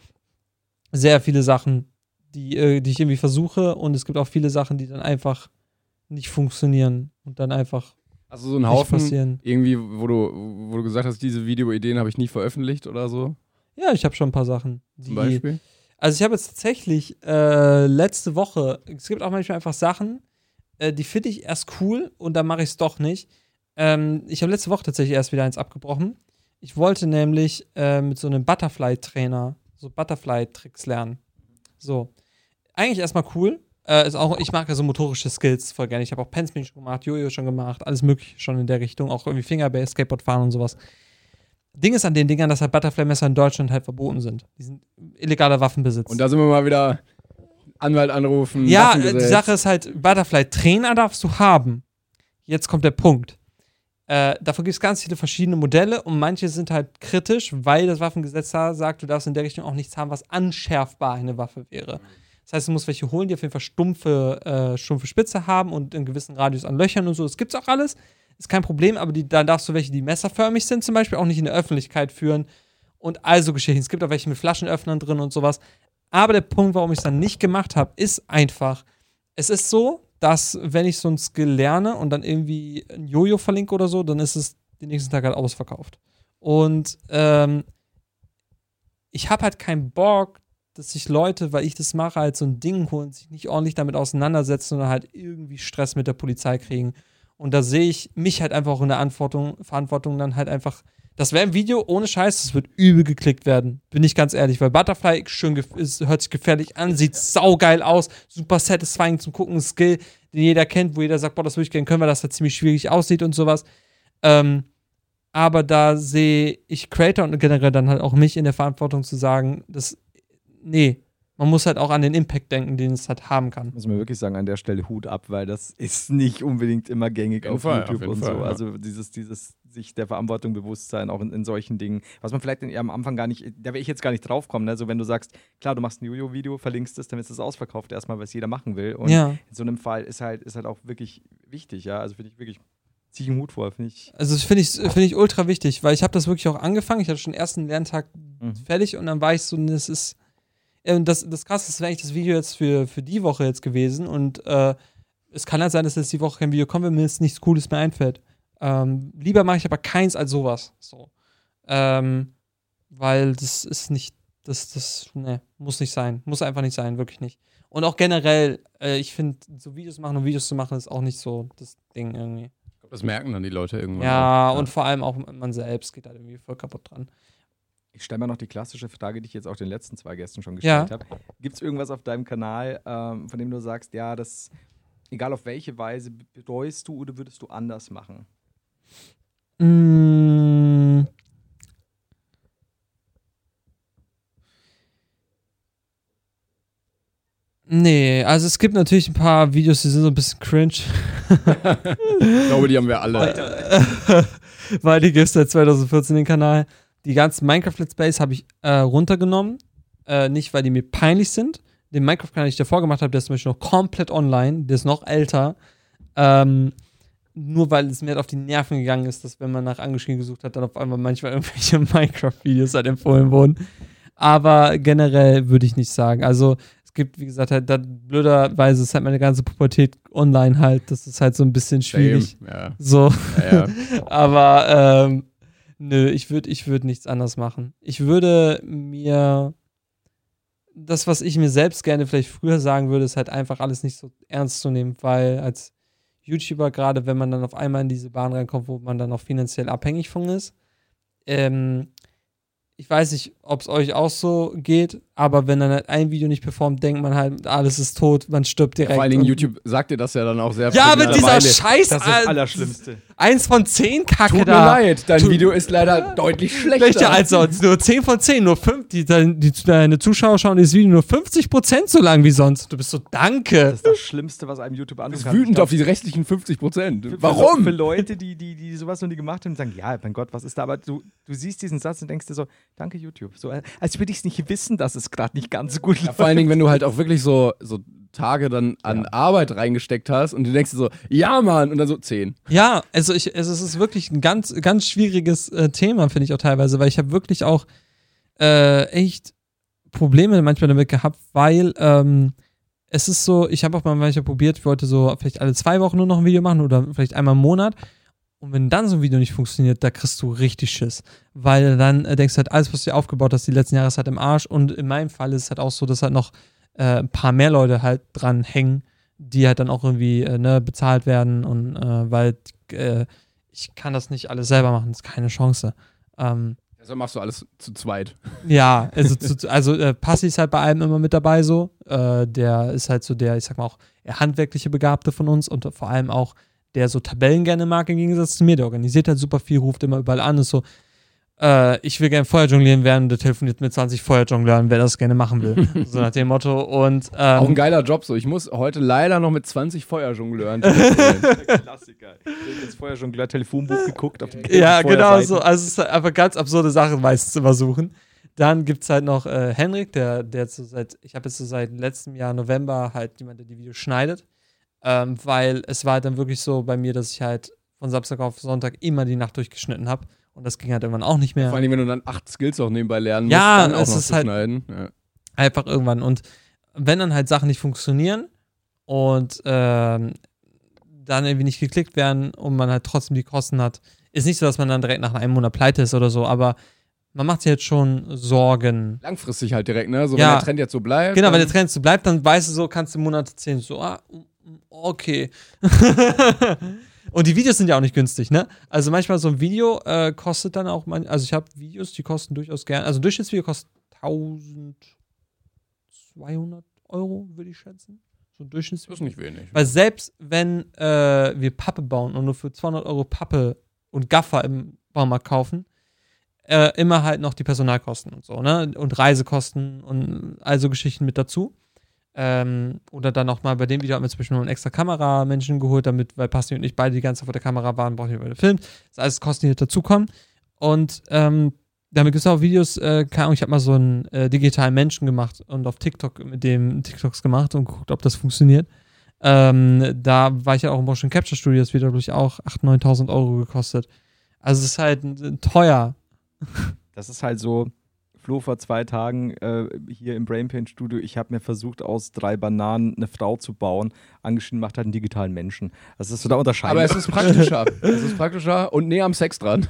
sehr viele Sachen, die, äh, die ich irgendwie versuche und es gibt auch viele Sachen, die dann einfach nicht funktionieren und dann einfach Also so ein nicht Haufen passieren. irgendwie, wo du, wo du gesagt hast, diese Videoideen habe ich nie veröffentlicht oder so, Ja, ich habe schon ein paar Sachen. Die, zum Beispiel. Also ich habe jetzt tatsächlich äh, letzte Woche, es gibt auch manchmal einfach Sachen, äh, die finde ich erst cool und dann mache ich es doch nicht. Ähm, ich habe letzte Woche tatsächlich erst wieder eins abgebrochen. Ich wollte nämlich äh, mit so einem Butterfly-Trainer so Butterfly-Tricks lernen. So. Eigentlich erstmal cool, Äh, ist auch, ich mag ja so motorische Skills voll gerne. Ich habe auch Penspin schon gemacht, Jojo schon gemacht, alles mögliche schon in der Richtung, auch irgendwie Fingerbase, Skateboard fahren und sowas. Ding ist an den Dingern, dass halt Butterfly-Messer in Deutschland halt verboten sind. Die sind illegaler Waffenbesitz. Und da sind wir mal wieder Anwalt anrufen. Ja, die Sache ist halt, Butterfly-Trainer darfst du haben. Jetzt kommt der Punkt. Äh, davon gibt es ganz viele verschiedene Modelle und manche sind halt kritisch, weil das Waffengesetz da sagt, du darfst in der Richtung auch nichts haben, was anschärfbar eine Waffe wäre. Das heißt, du musst welche holen, die auf jeden Fall stumpfe, äh, stumpfe Spitze haben und einen gewissen Radius an Löchern und so. Das gibt's auch alles. Ist kein Problem, aber die, dann darfst du welche, die messerförmig sind, zum Beispiel auch nicht in der Öffentlichkeit führen und also Geschichten. Es gibt auch welche mit Flaschenöffnern drin und sowas. Aber der Punkt, warum ich es dann nicht gemacht habe, ist einfach, es ist so, dass wenn ich so ein Skill lerne und dann irgendwie ein Jojo verlinke oder so, dann ist es den nächsten Tag halt ausverkauft. Und ähm, ich habe halt keinen Bock, dass sich Leute, weil ich das mache, halt so ein Ding holen, sich nicht ordentlich damit auseinandersetzen und halt irgendwie Stress mit der Polizei kriegen. Und da sehe ich mich halt einfach auch in der Verantwortung, Verantwortung dann halt einfach, das wäre ein Video ohne Scheiß, das wird übel geklickt werden. Bin ich ganz ehrlich, weil Butterfly schön gef- ist, hört sich gefährlich an, sieht saugeil aus, super satisfying zum Gucken, Skill, den jeder kennt, wo jeder sagt, boah, das würde ich gerne können, weil das halt ziemlich schwierig aussieht und sowas. Ähm, aber da sehe ich Creator und generell dann halt auch mich in der Verantwortung zu sagen, dass nee, man muss halt auch an den Impact denken, den es halt haben kann. Muss man wirklich sagen, an der Stelle Hut ab, weil das ist nicht unbedingt immer gängig auf Fall, YouTube auf und Fall, so. ja. Also dieses, dieses sich der Verantwortung bewusst sein, auch in, in solchen Dingen, was man vielleicht in, am Anfang gar nicht, da wäre ich jetzt gar nicht drauf kommen, ne? Also wenn du sagst, klar, du machst ein Jojo-Video, verlinkst es, dann ist es ausverkauft erstmal, was jeder machen will. Und Ja. in so einem Fall ist halt, ist halt auch wirklich wichtig, ja. Also finde ich wirklich, ziehe ich einen Hut vor, finde ich. Also das finde ich, find ich ultra wichtig, weil ich habe das wirklich auch angefangen, ich hatte schon den ersten Lerntag Mhm. fertig und dann war ich so, das ist äh, das, das krasse, das wäre eigentlich das Video jetzt für, für die Woche jetzt gewesen und äh, es kann halt sein, dass jetzt die Woche kein Video kommt, wenn mir jetzt nichts Cooles mehr einfällt. Ähm, lieber mache ich aber keins als sowas. So. Ähm, weil das ist nicht, das, das, ne, muss nicht sein. Muss einfach nicht sein, wirklich nicht. Und auch generell, äh, ich finde, so Videos machen und Videos zu machen, ist auch nicht so das Ding irgendwie. Das merken dann die Leute irgendwann. Ja, auch. und vor allem auch man selbst geht da irgendwie voll kaputt dran. Ich stelle mal noch die klassische Frage, die ich jetzt auch den letzten zwei Gästen schon gestellt Ja. habe. Gibt es irgendwas auf deinem Kanal, ähm, von dem du sagst, ja, das, egal auf welche Weise, bereust du oder würdest du anders machen? Mm. Nee, also es gibt natürlich ein paar Videos, die sind so ein bisschen cringe. Ich glaube, die haben wir alle. Weil die gibt es seit zwanzig vierzehn den Kanal. Die ganzen Minecraft-Let's Plays habe ich äh, runtergenommen. Äh, nicht, weil die mir peinlich sind. Den Minecraft-Kanal, den ich davor gemacht habe, der ist zum Beispiel noch komplett online. Der ist noch älter. Ähm, nur weil es mir halt auf die Nerven gegangen ist, dass wenn man nach Angeschrieben gesucht hat, dann auf einmal manchmal irgendwelche Minecraft-Videos halt empfohlen wurden. Aber generell würde ich nicht sagen. Also es gibt, wie gesagt, halt, blöderweise ist halt meine ganze Pubertät online halt. Das ist halt so ein bisschen schwierig. Same, ja. So. Ja, ja. Aber ähm, nö, ich würde ich würd nichts anderes machen. Ich würde mir das, was ich mir selbst gerne vielleicht früher sagen würde, ist halt einfach alles nicht so ernst zu nehmen, weil als YouTuber, gerade wenn man dann auf einmal in diese Bahn reinkommt, wo man dann auch finanziell abhängig von ist, ähm, ich weiß nicht, ob es euch auch so geht, aber wenn dann halt ein Video nicht performt, denkt man halt, alles ist tot, man stirbt direkt. Vor allen Dingen Und- YouTube sagt dir das ja dann auch sehr Ja, aber mittlerweile. dieser Scheiß, Das ist das Allerschlimmste. eins von zehn Kacke Tut mir da. leid, dein Tut- Video ist leider deutlich schlechter. Schlechter als sonst. Nur zehn von zehn, nur fünf. Die, die, die, deine Zuschauer schauen dieses Video nur fünfzig Prozent so lang wie sonst. Du bist so, danke. Das ist das Schlimmste, was einem YouTube Du antun bist kann. wütend Ich glaub, auf die restlichen fünfzig Prozent. für- Warum? Für Leute, die, die, die sowas noch nie gemacht haben und sagen, ja, mein Gott, was ist da? Aber du, du siehst diesen Satz und denkst dir so, danke YouTube. So, als würde ich es nicht wissen, dass es gerade nicht ganz so gut Ja, läuft. vor allen Dingen, wenn du halt auch wirklich so, so Tage dann an Ja. Arbeit reingesteckt hast und du denkst dir so, ja Mann, und dann so zehn. Ja, also, ich, also es ist wirklich ein ganz, ganz schwieriges äh, Thema, finde ich auch teilweise, weil ich habe wirklich auch äh, echt Probleme manchmal damit gehabt, weil ähm, es ist so, ich habe auch mal manchmal probiert, ich wollte so vielleicht alle zwei Wochen nur noch ein Video machen oder vielleicht einmal im Monat. Und wenn dann so ein Video nicht funktioniert, da kriegst du richtig Schiss. Weil dann äh, denkst du halt, alles, was du dir aufgebaut hast, die letzten Jahre ist halt im Arsch. Und in meinem Fall ist es halt auch so, dass halt noch äh, ein paar mehr Leute halt dran hängen, die halt dann auch irgendwie äh, ne, bezahlt werden. Und äh, weil äh, ich kann das nicht alles selber machen, das ist keine Chance. Ähm, Also machst du alles zu zweit. Ja, also, zu, also äh, Passi ist halt bei allem immer mit dabei so. Äh, der ist halt so der, ich sag mal auch, eher handwerkliche Begabte von uns und vor allem auch der so Tabellen gerne mag im Gegensatz zu mir. Der organisiert halt super viel, ruft immer überall an, ist so, äh, ich will gerne Feuerjonglieren werden und der telefoniert mit zwanzig Feuerjongleuren, wer das gerne machen will. So nach dem Motto. Und, ähm, auch ein geiler Job so. Ich muss heute leider noch mit zwanzig Feuerjongleuren telefonieren. Klassiker. Ich habe das Feuerjongleur-Telefonbuch geguckt. Auf den ja, genau Feuerseiten. so. Also es ist halt einfach ganz absurde Sachen meistens immer suchen. Dann gibt es halt noch äh, Henrik, der, der jetzt so seit, ich habe jetzt so seit letztem Jahr November halt jemand, der die Videos schneidet. Ähm, weil es war halt dann wirklich so bei mir, dass ich halt von Samstag auf Sonntag immer die Nacht durchgeschnitten habe. Und das ging halt irgendwann auch nicht mehr. Vor allem, wenn du dann acht Skills auch nebenbei lernen musst, ja, dann auch es noch ist zu halt schneiden. Ja. Einfach irgendwann. Und wenn dann halt Sachen nicht funktionieren und ähm, dann irgendwie nicht geklickt werden und man halt trotzdem die Kosten hat, ist nicht so, dass man dann direkt nach einem Monat pleite ist oder so, aber man macht sich jetzt schon Sorgen. Langfristig halt direkt, ne? So, Ja. wenn der Trend jetzt so bleibt. Genau, wenn dann- der Trend so bleibt, dann weißt du so, kannst du im Monat zählen, so, ah, okay. Und die Videos sind ja auch nicht günstig, ne? Also manchmal so ein Video äh, kostet dann auch, man, also ich habe Videos, die kosten durchaus gern, also ein Durchschnittsvideo kostet eintausendzweihundert Euro, würde ich schätzen. So ein Das Durchschnittsvideo. ist nicht wenig. Weil selbst wenn äh, wir Pappe bauen und nur für zweihundert Euro Pappe und Gaffer im Baumarkt kaufen, äh, immer halt noch die Personalkosten und so, ne? Und Reisekosten und also Geschichten mit dazu. Ähm, oder dann auch mal bei dem Video haben wir zum Beispiel noch einen extra Kameramenschen geholt, damit, weil Pasti und ich beide die ganze Zeit vor der Kamera waren, brauchen wir über den Film. Das alles Kosten, die dazukommen. Und ähm, damit gibt es auch Videos, äh, keine Ahnung, ich habe mal so einen äh, digitalen Menschen gemacht und auf TikTok mit dem TikToks gemacht und geguckt, ob das funktioniert. Ähm, da war ich ja auch im Motion Capture Studio, das wird dadurch auch achttausend, neuntausend Euro gekostet. Also es ist halt äh, teuer. Das ist halt so, Flo, vor zwei Tagen äh, hier im Brainpain Studio, ich habe mir versucht, aus drei Bananen eine Frau zu bauen. Angeschrieben macht halt einen digitalen Menschen. Das ist so da unterscheiden. Aber es ist praktischer. Es ist praktischer und näher am Sex dran.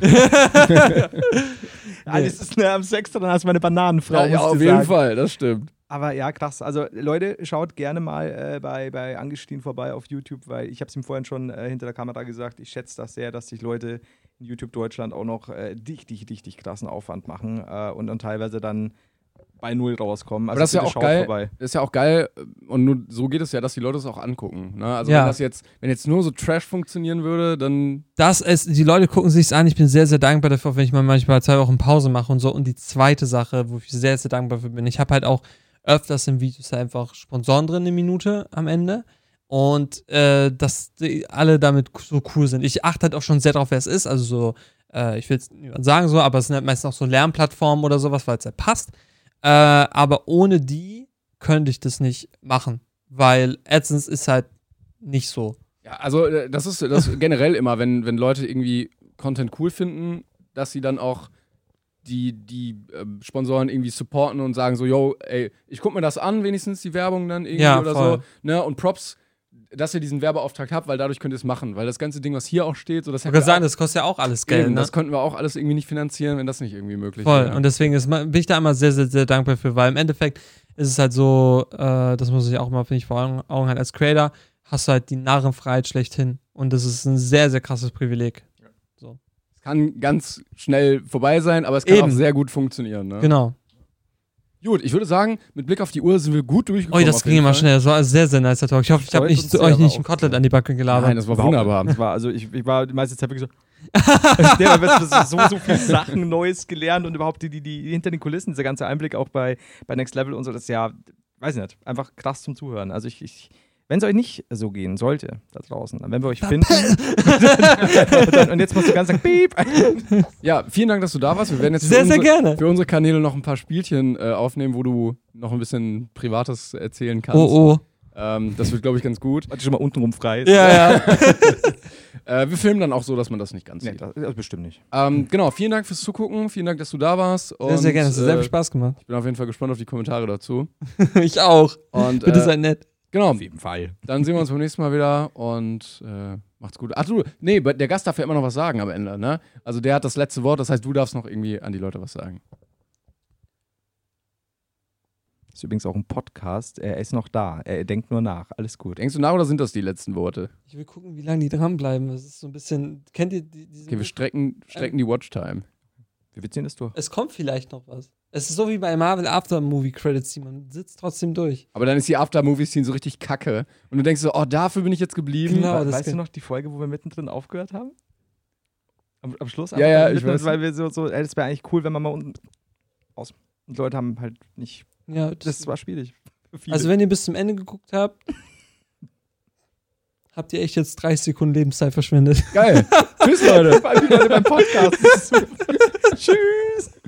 Alles ist näher am Sex, dann hast du meine Bananenfrau. Ja, ja, muss ich auf dir jeden sagen. Fall, das stimmt. Aber ja, krass. Also Leute, schaut gerne mal äh, bei, bei Angestien vorbei auf YouTube, weil ich habe es ihm vorhin schon äh, hinter der Kamera gesagt, ich schätze das sehr, dass sich Leute in YouTube Deutschland auch noch äh, richtig, richtig krassen Aufwand machen äh, und dann teilweise dann bei Null rauskommen. Also Aber das ist ja bitte auch schaut geil. vorbei. Das ist ja auch geil und nur so geht es ja, dass die Leute es auch angucken. Ne? Also Ja. wenn das jetzt, wenn jetzt nur so Trash funktionieren würde, dann Das ist, die Leute gucken sich's an. Ich bin sehr, sehr dankbar dafür, auch wenn ich mal manchmal zwei Wochen Pause mache und so. Und die zweite Sache, wo ich sehr, sehr dankbar für bin, ich habe halt auch öfters in Videos einfach Sponsoren drin, eine Minute am Ende. Und äh, dass die alle damit so cool sind. Ich achte halt auch schon sehr drauf, wer es ist. Also so, äh, ich will es niemand sagen so, aber es sind halt meistens auch so Lernplattformen oder sowas, weil es halt passt. Äh, aber ohne die könnte ich das nicht machen. Weil AdSense ist halt nicht so. ja, also äh, das ist das ist generell immer, wenn, wenn Leute irgendwie Content cool finden, dass sie dann auch die, die äh, Sponsoren irgendwie supporten und sagen so, yo, ey, ich guck mir das an, wenigstens die Werbung dann irgendwie Ja, oder voll. so. Ne? Und Props, dass ihr diesen Werbeauftrag habt, weil dadurch könnt ihr es machen. Weil das ganze Ding, was hier auch steht, so das Ich kann sagen, das kostet ja auch alles Geld. Eben, Ne? das konnten wir auch alles irgendwie nicht finanzieren, wenn das nicht irgendwie möglich Voll. wäre. Und deswegen ist, bin ich da immer sehr, sehr, sehr dankbar für, weil im Endeffekt ist es halt so, äh, das muss ich auch mal, finde ich, vor Augen Augen halt als Creator, hast du halt die Narrenfreiheit schlechthin. Und das ist ein sehr, sehr krasses Privileg. Es kann ganz schnell vorbei sein, aber es kann Eben. auch sehr gut funktionieren. Ne? Genau. Gut, ich würde sagen, mit Blick auf die Uhr sind wir gut Oh, durchgekommen. das auf ging jeden immer Fall. schnell. Das war ein sehr, sehr nicer Talk. Ich hoffe, ich habe Freut nicht uns zu sehr, euch aber nicht ein auch Kotelett an die Backe gelabert. Nein, das war Überhaupt wunderbar. nicht. Das war, also ich, ich war die meiste Zeit wirklich so. Der hat so, so viele Sachen Neues gelernt und überhaupt die, die, die hinter den Kulissen, dieser ganze Einblick auch bei, bei Next Level und so, das ist ja, weiß ich nicht, einfach krass zum Zuhören. Also ich, ich wenn es euch nicht so gehen sollte, da draußen, dann werden wir euch finden. und, dann, und jetzt musst du ganz sagen, piep. Ja, vielen Dank, dass du da warst. Wir werden jetzt Sehr, für, sehr unsere, gerne. für unsere Kanäle noch ein paar Spielchen äh, aufnehmen, wo du noch ein bisschen Privates erzählen kannst. Oh, oh. Ähm, das wird, glaube ich, ganz gut. Warte schon mal untenrum frei ist. Ja, ja. Äh, wir filmen dann auch so, dass man das nicht ganz Nee, sieht. das, das bestimmt nicht. Ähm, genau, vielen Dank fürs Zugucken. Vielen Dank, dass du da warst. Sehr, Und, sehr gerne. Es hat sehr äh, viel Spaß gemacht. Ich bin auf jeden Fall gespannt auf die Kommentare dazu. Ich auch. Und, Bitte äh, seid nett. Genau, Auf jeden Fall. dann sehen wir uns beim nächsten Mal wieder und äh, macht's gut. Ach du, nee, der Gast darf ja immer noch was sagen am Ende, ne? Also der hat das letzte Wort, das heißt, du darfst noch irgendwie an die Leute was sagen. Das ist übrigens auch ein Podcast. Er ist noch da. Er denkt nur nach. Alles gut. Denkst du nach oder sind das die letzten Worte? Ich will gucken, wie lange die dranbleiben. Das ist so ein bisschen. Kennt ihr die, diesen. Okay, wir strecken, strecken die Watchtime. Wir ziehen das durch. Es kommt vielleicht noch was. Es ist so wie bei Marvel After Movie Credits, man sitzt trotzdem durch. Aber dann ist die After-Movie-Scene so richtig kacke. Und du denkst so, oh, dafür bin ich jetzt geblieben. Genau. We- das weißt du geht. noch die Folge, wo wir mittendrin aufgehört haben? Am, am Schluss? Ja, ja, ich mitten, weiß. Weil wir so, so ey, das wäre eigentlich cool, wenn man mal unten aus. Und Leute haben halt nicht. Ja, Das war schwierig. Für viele. also wenn ihr bis zum Ende geguckt habt, habt ihr echt jetzt dreißig Sekunden Lebenszeit verschwendet. Geil. Tschüss, Leute. Vor allem die Leute beim Podcast. Das ist super. Tschüss.